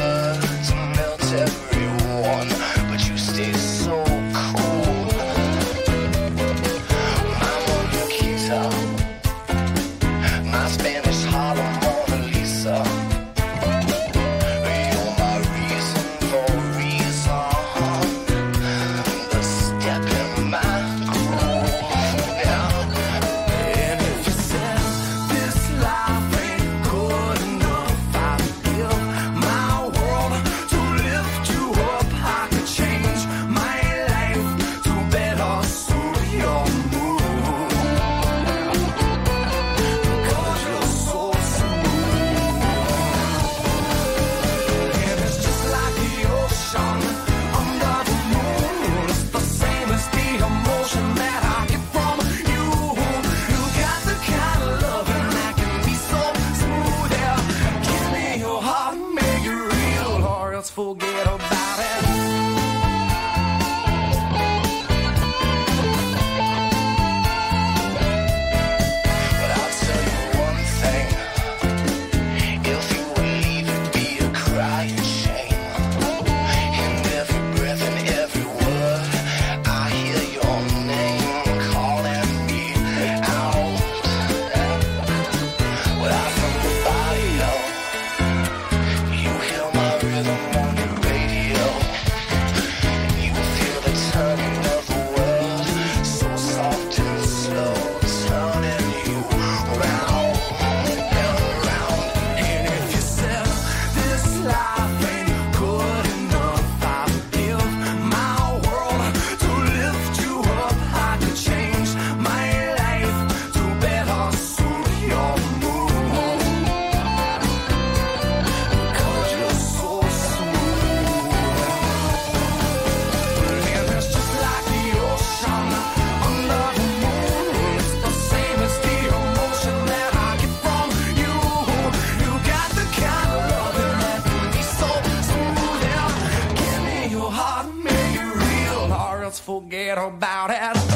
let's forget about it.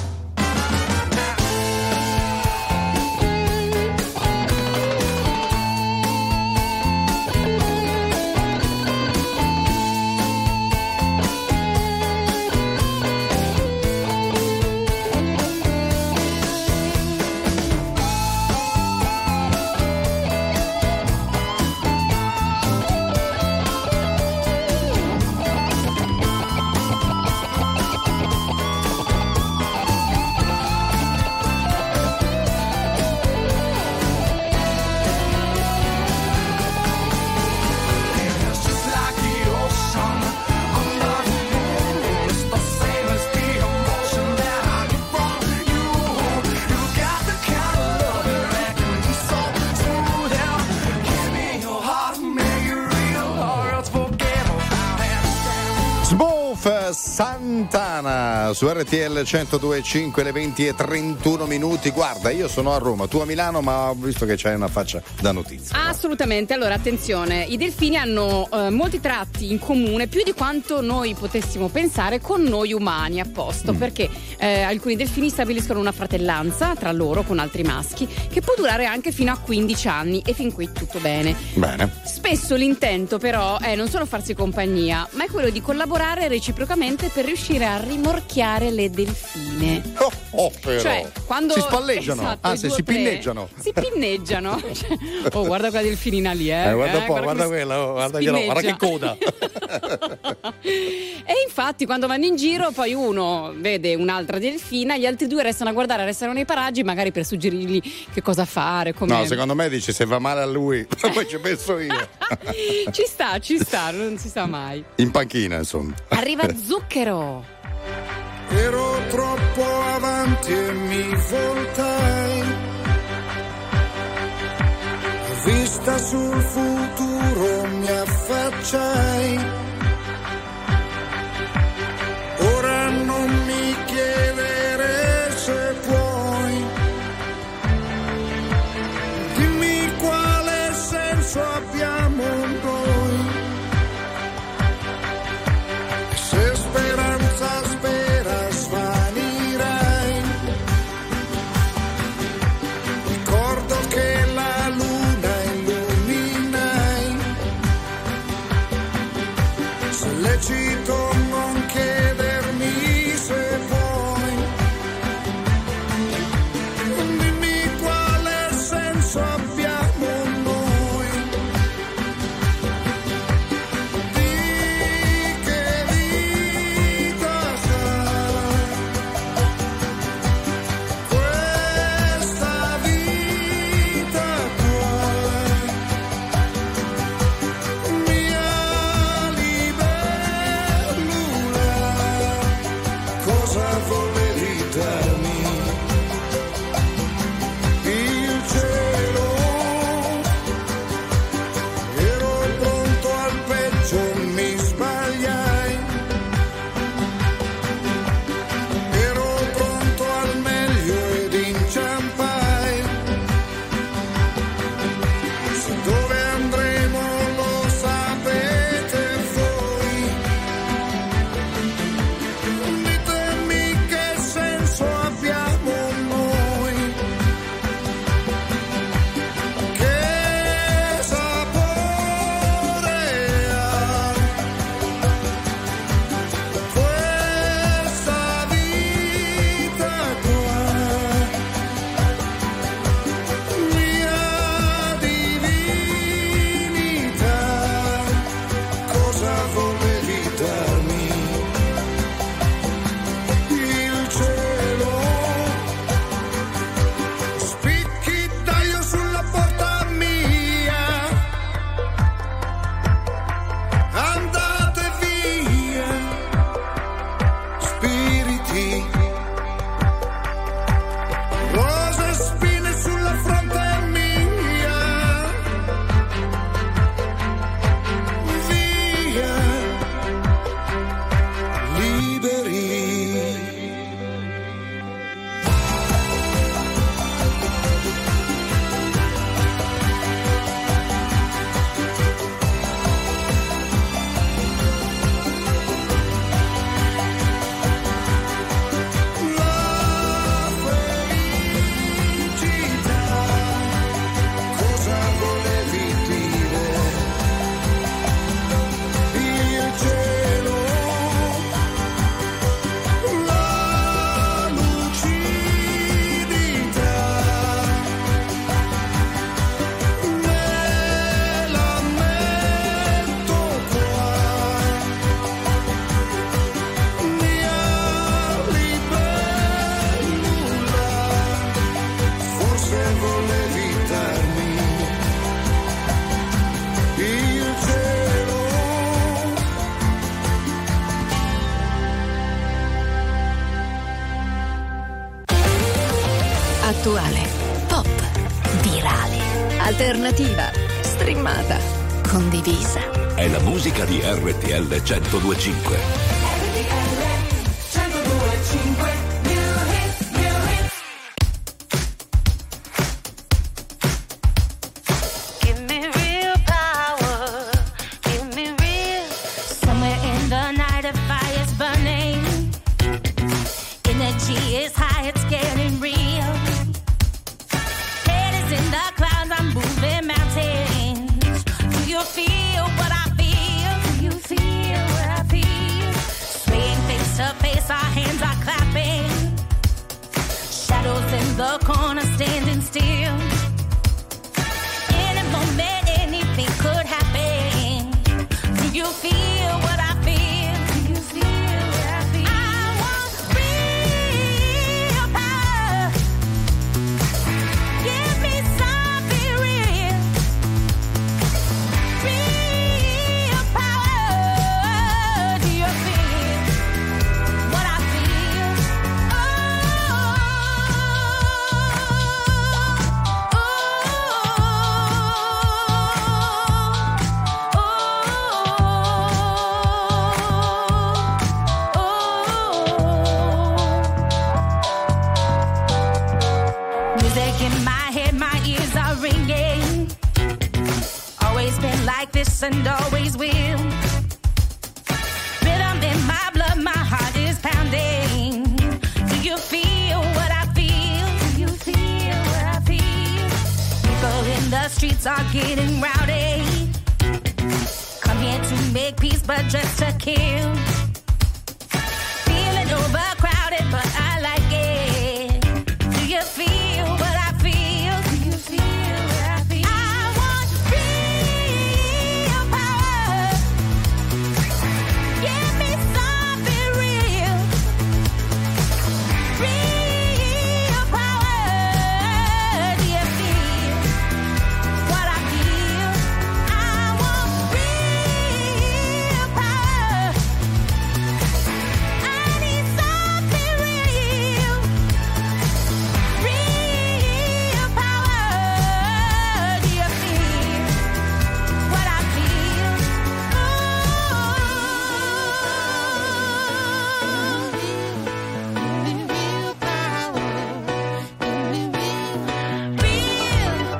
Santana su RTL 102.5, le 20:31. Guarda, io sono a Roma, tu a Milano, ma ho visto che c'hai una faccia da notizia. Assolutamente. Allora, attenzione, i delfini hanno molti tratti in comune, più di quanto noi potessimo pensare con noi umani, apposto, perché alcuni delfini stabiliscono una fratellanza tra loro con altri maschi che può durare anche fino a 15 anni e fin qui tutto bene. Bene. Spesso l'intento però è non solo farsi compagnia, ma è quello di collaborare reciprocamente per riuscire a rimorchiare le delfine. Però. Cioè, quando si spalleggiano, esatto, si pinneggiano. Si pinneggiano. Oh, guarda quella delfinina lì, guarda un po', guarda quella, guarda che coda. E infatti quando vanno in giro poi uno vede un'altra delfina, gli altri due restano a guardare, restano nei paraggi magari per suggerirgli che cosa fare, come... No, secondo me dice se va male a lui poi ci penso io. ci sta, non si sa mai. In panchina, insomma. Arriva Zucchero. Ero troppo avanti e mi voltai, vista sul futuro mi affacciai. Ora non mi chiedere se puoi, dimmi quale senso abbiamo noi. Se speranza spera svanirai, ricordo che la luna illuminai. attuale, pop, virale, alternativa, streamata, condivisa. È la musica di RTL 102.5. Give me real power, give me real. Somewhere in the night a fire's burning. Energy is high, it's getting real. Head is in the clouds, I'm moving mountains. Do you feel what I feel? Do you feel what I feel? Swaying face to face, our hands are clapping. Shadows in the corner standing still. Any moment, anything could happen. Do you feel what I feel? Do you feel what I feel? I want real power. Give me something real. Real power. Do you feel what I feel? Music in my head, my ears are ringing. Always been like this and always will. Rhythm in my blood, my heart is pounding. Do you feel what I feel? Do you feel what I feel? People in the streets are getting rowdy. Come here to make peace, but just to kill. Feeling overcrowded, but I like it. Do you feel what I feel? Do you feel what I feel? I want real power. Give me something real. Real power. Do you feel what I feel? I want real power. I need something real. Real power. Do you feel what I feel? Real power. Real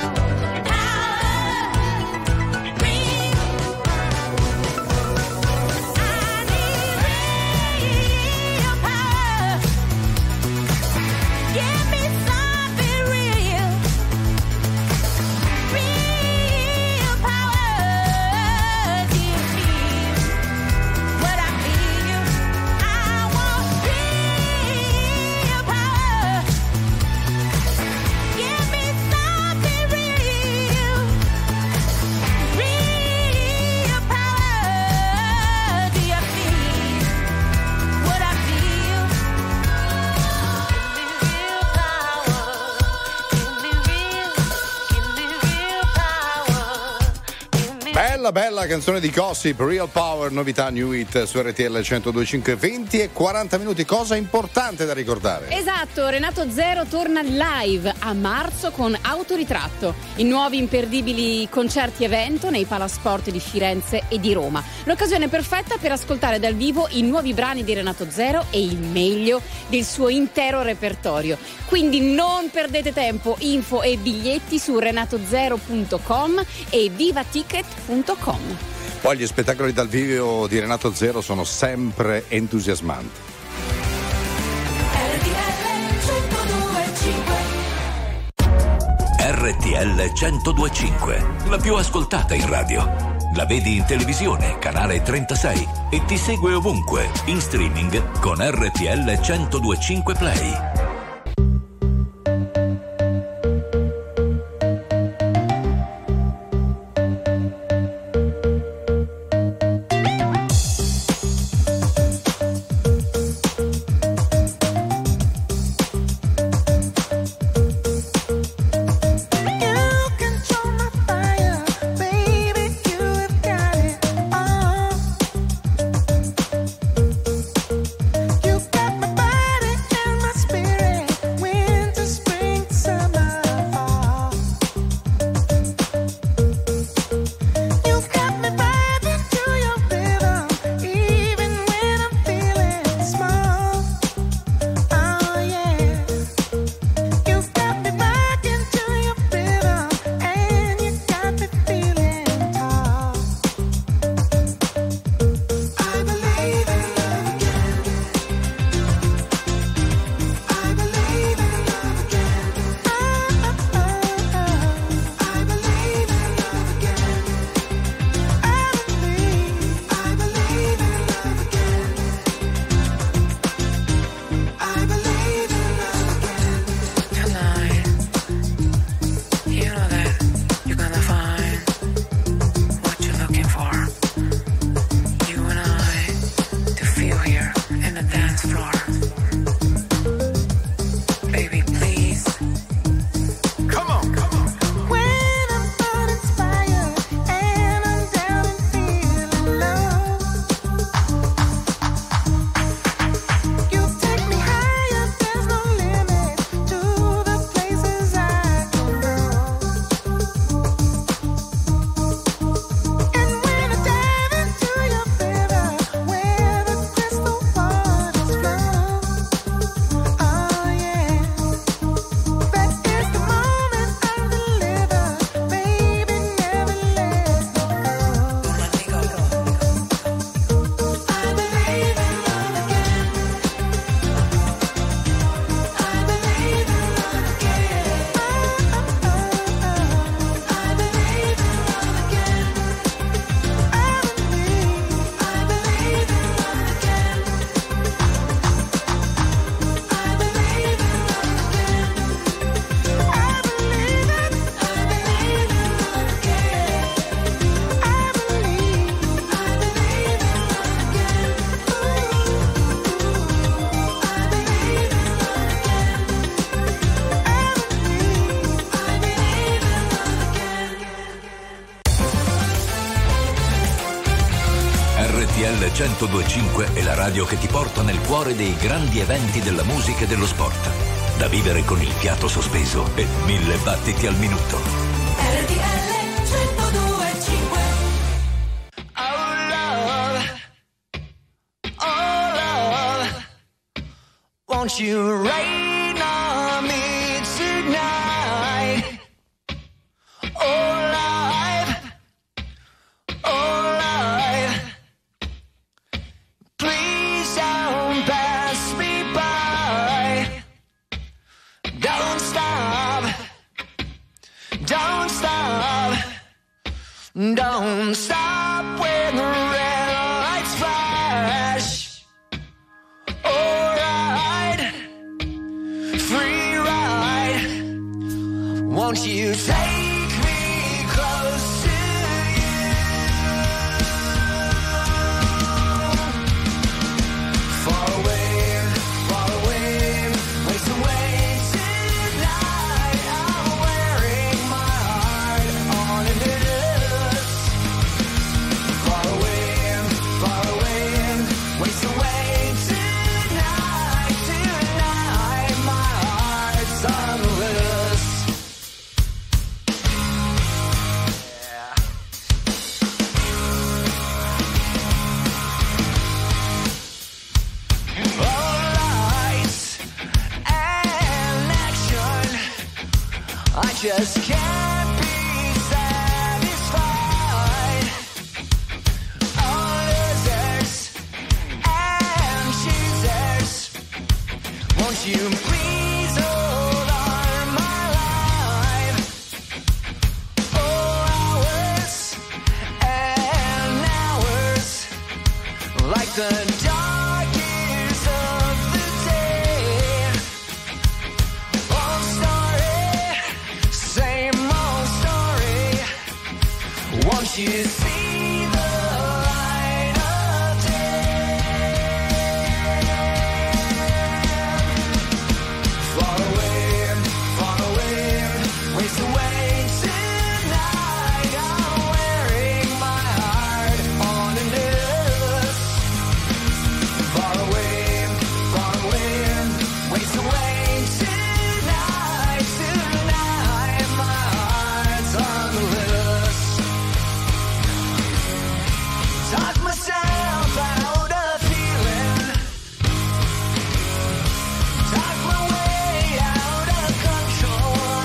real power. Give me something real. Real power. Do you feel what I feel? I want real power. Give me something real. Real power. Do you feel what I feel? Real power. Give me real power. Bella, bella canzone di Gossip, Real Power, novità New Hit su RTL 102.5, 20 e 40 minuti. Cosa importante da ricordare? Esatto, Renato Zero torna live a marzo con Autoritratto, i nuovi imperdibili concerti evento nei Palasport di Firenze e di Roma. L'occasione perfetta per ascoltare dal vivo i nuovi brani di Renato Zero e il meglio del suo intero repertorio. Quindi non perdete tempo, info e biglietti su renatozero.com e vivaticket.com. Poi gli spettacoli dal vivo di Renato Zero sono sempre entusiasmanti. RTL 102.5, la più ascoltata in radio. La vedi in televisione, canale 36 e ti segue ovunque, in streaming con RTL 102.5 Play. Spirit 102.5 è la radio che ti porta nel cuore dei grandi eventi della musica e dello sport. Da vivere con il fiato sospeso e 1000 battiti al minuto. RTL 102.5. Won't you rain on me tonight? Oh, life, please don't pass me by. Don't stop, don't stop, don't stop when the red lights flash. Free ride. Won't you take me close to you? Far away, ways away tonight. I'm wearing my heart on a noose. Far away, ways away tonight. Tonight, my heart's on the loose. All lights and action, I just can't be satisfied. All losers and choosers, won't you please hold on my life? Oh, hours and hours, like the dark years of the day. Old story, same old story. Won't you see the light of day? Far away, ways away tonight. I'm wearing my heart on a noose. Far away, ways away tonight. Tonight, my heart's on the loose. Talk myself out of feeling. Talk my way out of control.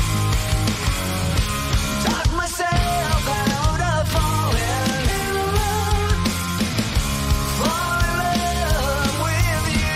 Talk myself out of falling in love. Fall in love with you.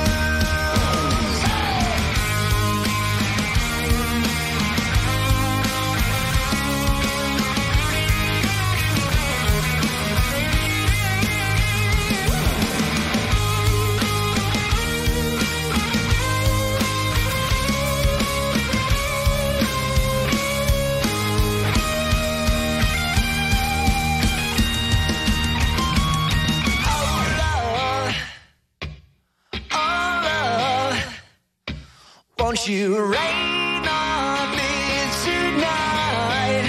Oh, love, won't you rain on me tonight?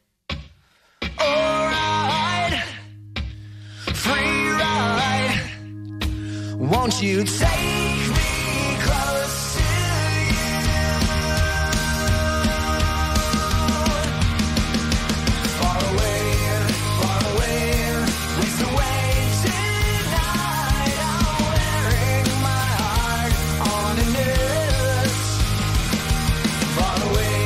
Alright, free ride. Won't you take me close to you? Far away, ways away tonight. I'm wearing my heart on a noose. Far away,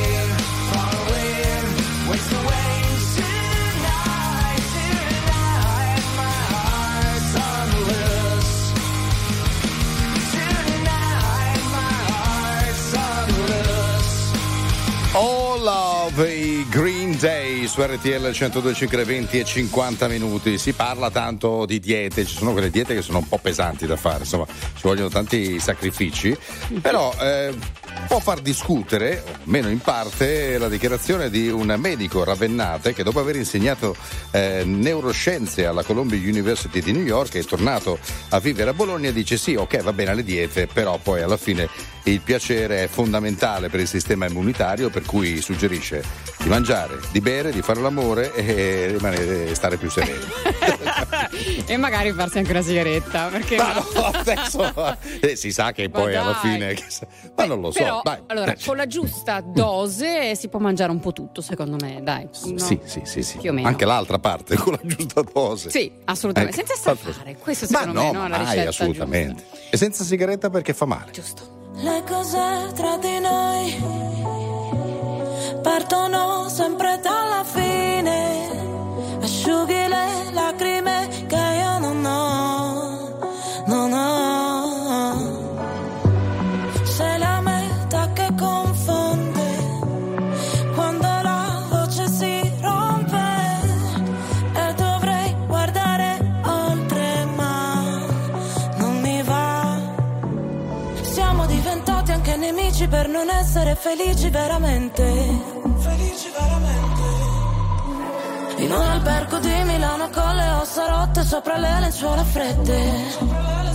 ways away tonight. Tonight, my heart's on the loose. Tonight, my heart's on the loose. All of i Green Day su RTL 102.5, 20 e 50 minuti. Si parla tanto di diete, ci sono quelle diete che sono un po' pesanti da fare, insomma ci vogliono tanti sacrifici, però può far discutere, almeno in parte, la dichiarazione di un medico ravennate che dopo aver insegnato neuroscienze alla Columbia University di New York è tornato a vivere a Bologna e dice sì, ok, va bene le diete, però poi alla fine il piacere è fondamentale per il sistema immunitario, per cui suggerisce di mangiare, di bere, di fare l'amore e stare più sereni. E magari farsi anche una sigaretta, perché adesso si sa che poi alla fine ma non lo so, però, dai. Allora, con la giusta dose si può mangiare un po' tutto, secondo me, dai. No? Sì. Più o meno. Anche l'altra parte con la giusta dose. Sì, assolutamente, senza stafare. Questo secondo me, no, la ricetta assolutamente. giusta. E senza sigaretta perché fa male. Giusto. Le cose tra di noi partono sempre dalla fine. Asciughi le lacrime che io non ho. Sei la metà che confonde quando la voce si rompe e dovrei guardare oltre, ma non mi va. Siamo diventati anche nemici per non essere felici veramente. In un albergo di Milano con le ossa rotte sopra le lenzuola fredde.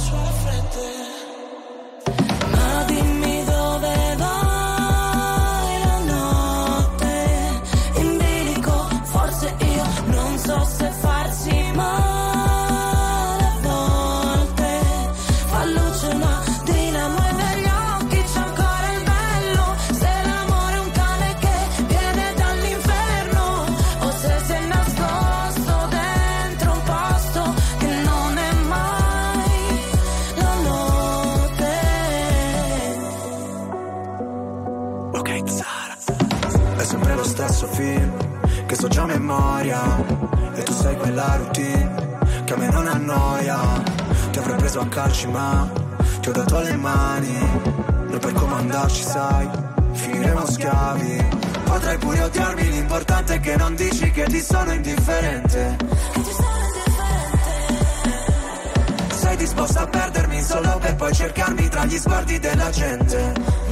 Ma dimmi dove vai la notte in bilico, forse io non so se farsi male a volte. Fa luce una dinamo e negli occhi c'è ancora il bello. Se l'amore è un cane che viene dall'inferno o se si è nascosto dentro un posto che non è mai la notte. Ok, Zara. È sempre lo stesso film che so già a memoria. E tu sei quella routine che a me non annoia. Ti avrei preso a calci ma ti ho dato le mani. Noi per comandarci sai, finiremo schiavi. Potrai pure odiarmi, l'importante è che non dici che ti sono indifferente. Sei disposta a perdermi solo per poi cercarmi tra gli sguardi della gente.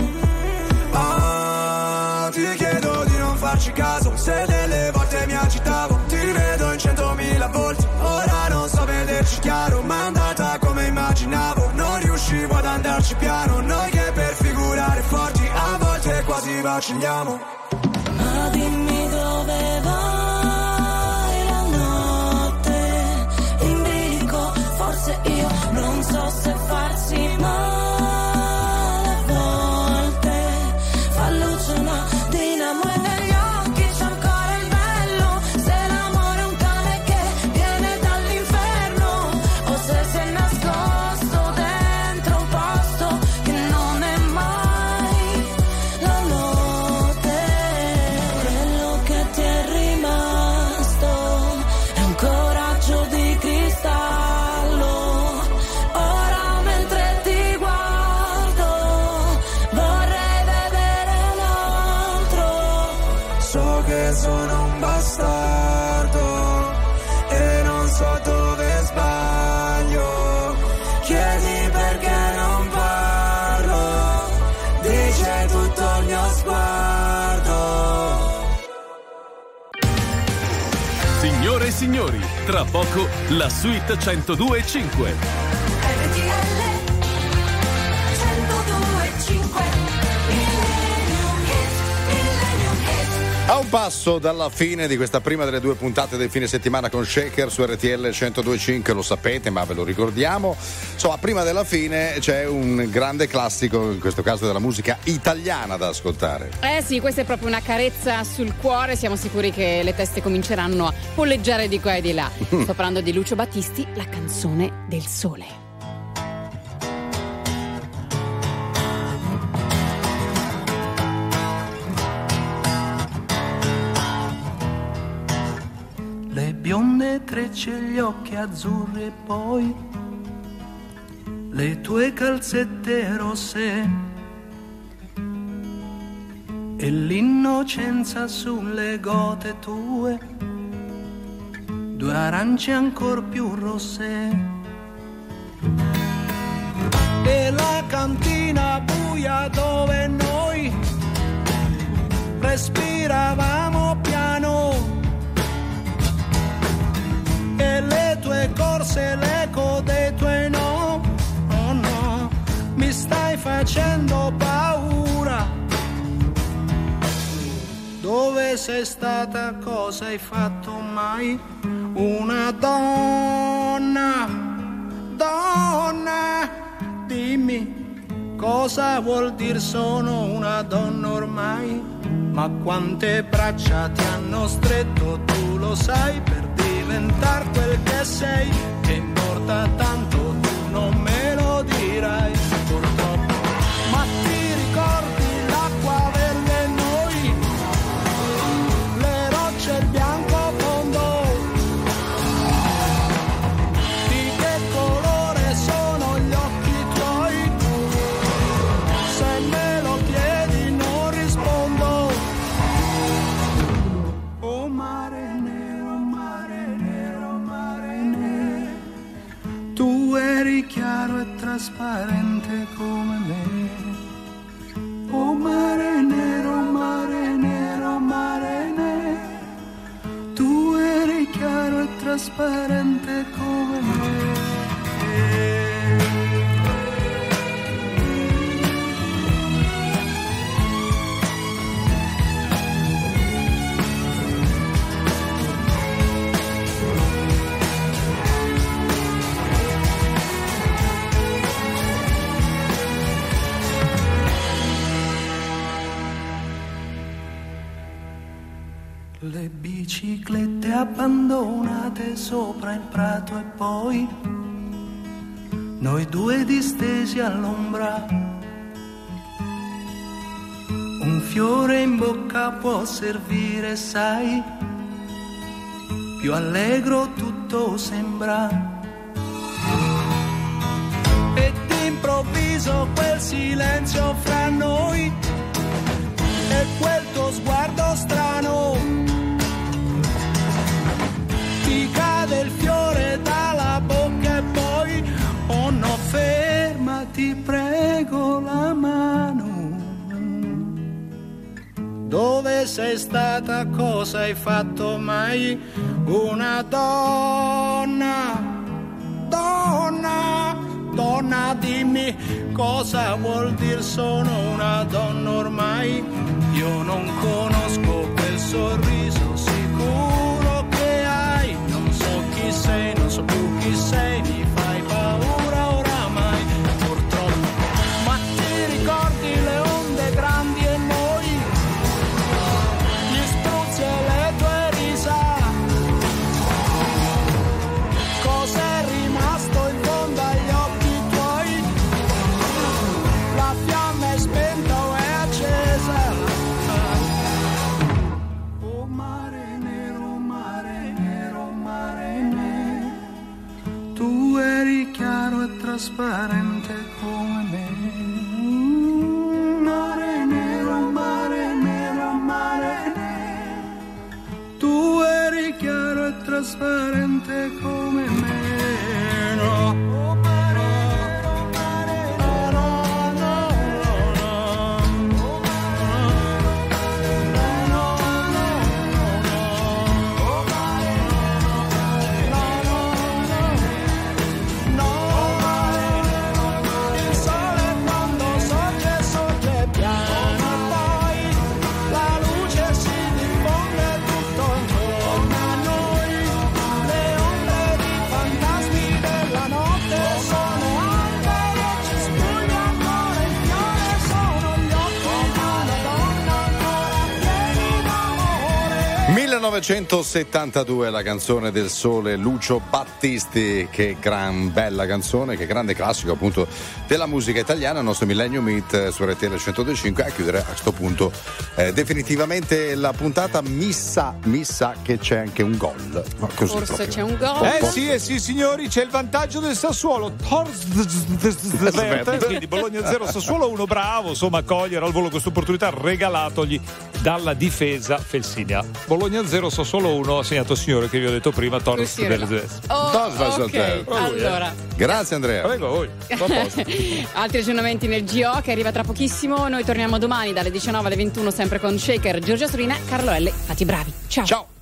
Ti chiedo di non farci caso, se delle volte mi agitavo. Ti vedo in 100.000 volti, ora non so vederci chiaro. Ma è andata come immaginavo, non riuscivo ad andarci piano. Noi che per figurare forti a volte quasi vacilliamo. Ma dimmi dove vai la notte in bilico, forse io non so se farsi male a volte. Fa luce una dinamo e negli occhi c'è ancora il bello. Se l'amore è un cane che viene dall'inferno o se si è nascosto dentro un posto che non è mai la notte. Quello che ti è rimasto è un coraggio di cristallo. Ora mentre ti guardo vorrei vedere un altro. So che sono un bastardo e non so dove sbaglio. Chiedi perché non parlo, dice tutto il mio sguardo. Signore e signori, tra poco la suite 102.5. A un passo dalla fine di questa prima delle due puntate del fine settimana con Shaker su RTL 102.5, lo sapete ma ve lo ricordiamo. Insomma, prima della fine c'è un grande classico, in questo caso della musica italiana da ascoltare. Sì, questa è proprio una carezza sul cuore, siamo sicuri che le teste cominceranno a polleggiare di qua e di là. Sto parlando di Lucio Battisti, La canzone del sole. Le bionde trecce, gli occhi azzurri e poi le tue calzette rosse e l'innocenza sulle gote tue, due arance ancor più rosse. E la cantina buia dove noi respiravamo piano, e le tue corse, l'eco dei tuoi no, oh no, mi stai facendo Dove sei stata, cosa hai fatto mai? Una donna, donna, dimmi cosa vuol dire sono una donna ormai? Ma quante braccia ti hanno stretto, tu lo sai, per diventare quel che sei, che importa tanto, tu non me lo dirai, purtroppo. Ma ti ricordi l'acqua verde noi, le rocce, il bianco fondo, di che colore sono gli occhi tuoi? Se me lo chiedi non rispondo. Oh mare nero, mare nero, mare nero, tu eri chiaro e trasparente come me. Oh mare nero, mare nero, mare nero, tu eri chiaro e trasparente come me. Le biciclette abbandonate sopra il prato e poi noi due distesi all'ombra. Un fiore in bocca può servire, sai, più allegro tutto sembra. E d'improvviso quel silenzio fra noi e quel tuo sguardo strano. Ti cade il fiore dalla bocca e poi, oh no, fermati, prego, la mano. Dove sei stata, cosa hai fatto mai? Una donna, donna, donna, dimmi cosa vuol dire sono una donna ormai? Io non conosco quel sorriso sicuro che hai, non so chi sei, non so più chi sei, mi fai paura oramai, purtroppo. Ma ti ricordi le onde grandi e noi, gli spruzzi e le tue risa? Cos'è rimasto in fondo agli occhi tuoi? La fiamma è spenta o è accesa? Oh mare nero, mare nero, mare nero, tu eri chiaro e trasparente come me. Mare nero, mare nero, mare nero, tu eri chiaro e trasparente come me. No. Il sole quando sorge piano e poi la luce si diffonde tutto intorno a noi. Le ombre di fantasmi della notte sono alberi e cespugli ancora, il fiore sono gli occhi di una donna ancora pieni d'amore. 1972 la canzone del sole, Lucio Battisti, che gran bella canzone, che grande classico appunto della musica italiana, il nostro Millennium Hit su RTL 102.5. A chiudere a questo punto definitivamente la puntata, mi sa che c'è anche un gol. Ma così Forse proprio. c'è un gol. Sì signori, c'è il vantaggio del Sassuolo. Quindi Bologna 0, Sassuolo 1, bravo, insomma, a cogliere al volo questa opportunità regalatogli dalla difesa felsinia. Bologna 0, Sassuolo 1, ha segnato il signore che vi ho detto prima, Torres delle Zvezde. Ok, allora. Grazie Andrea. Prego, voi. Altri aggiornamenti nel GO che arriva tra pochissimo. Noi torniamo domani dalle 19 alle 21 sempre con Shaker, Giorgia Surina, Carlo L. Fatti bravi. Ciao.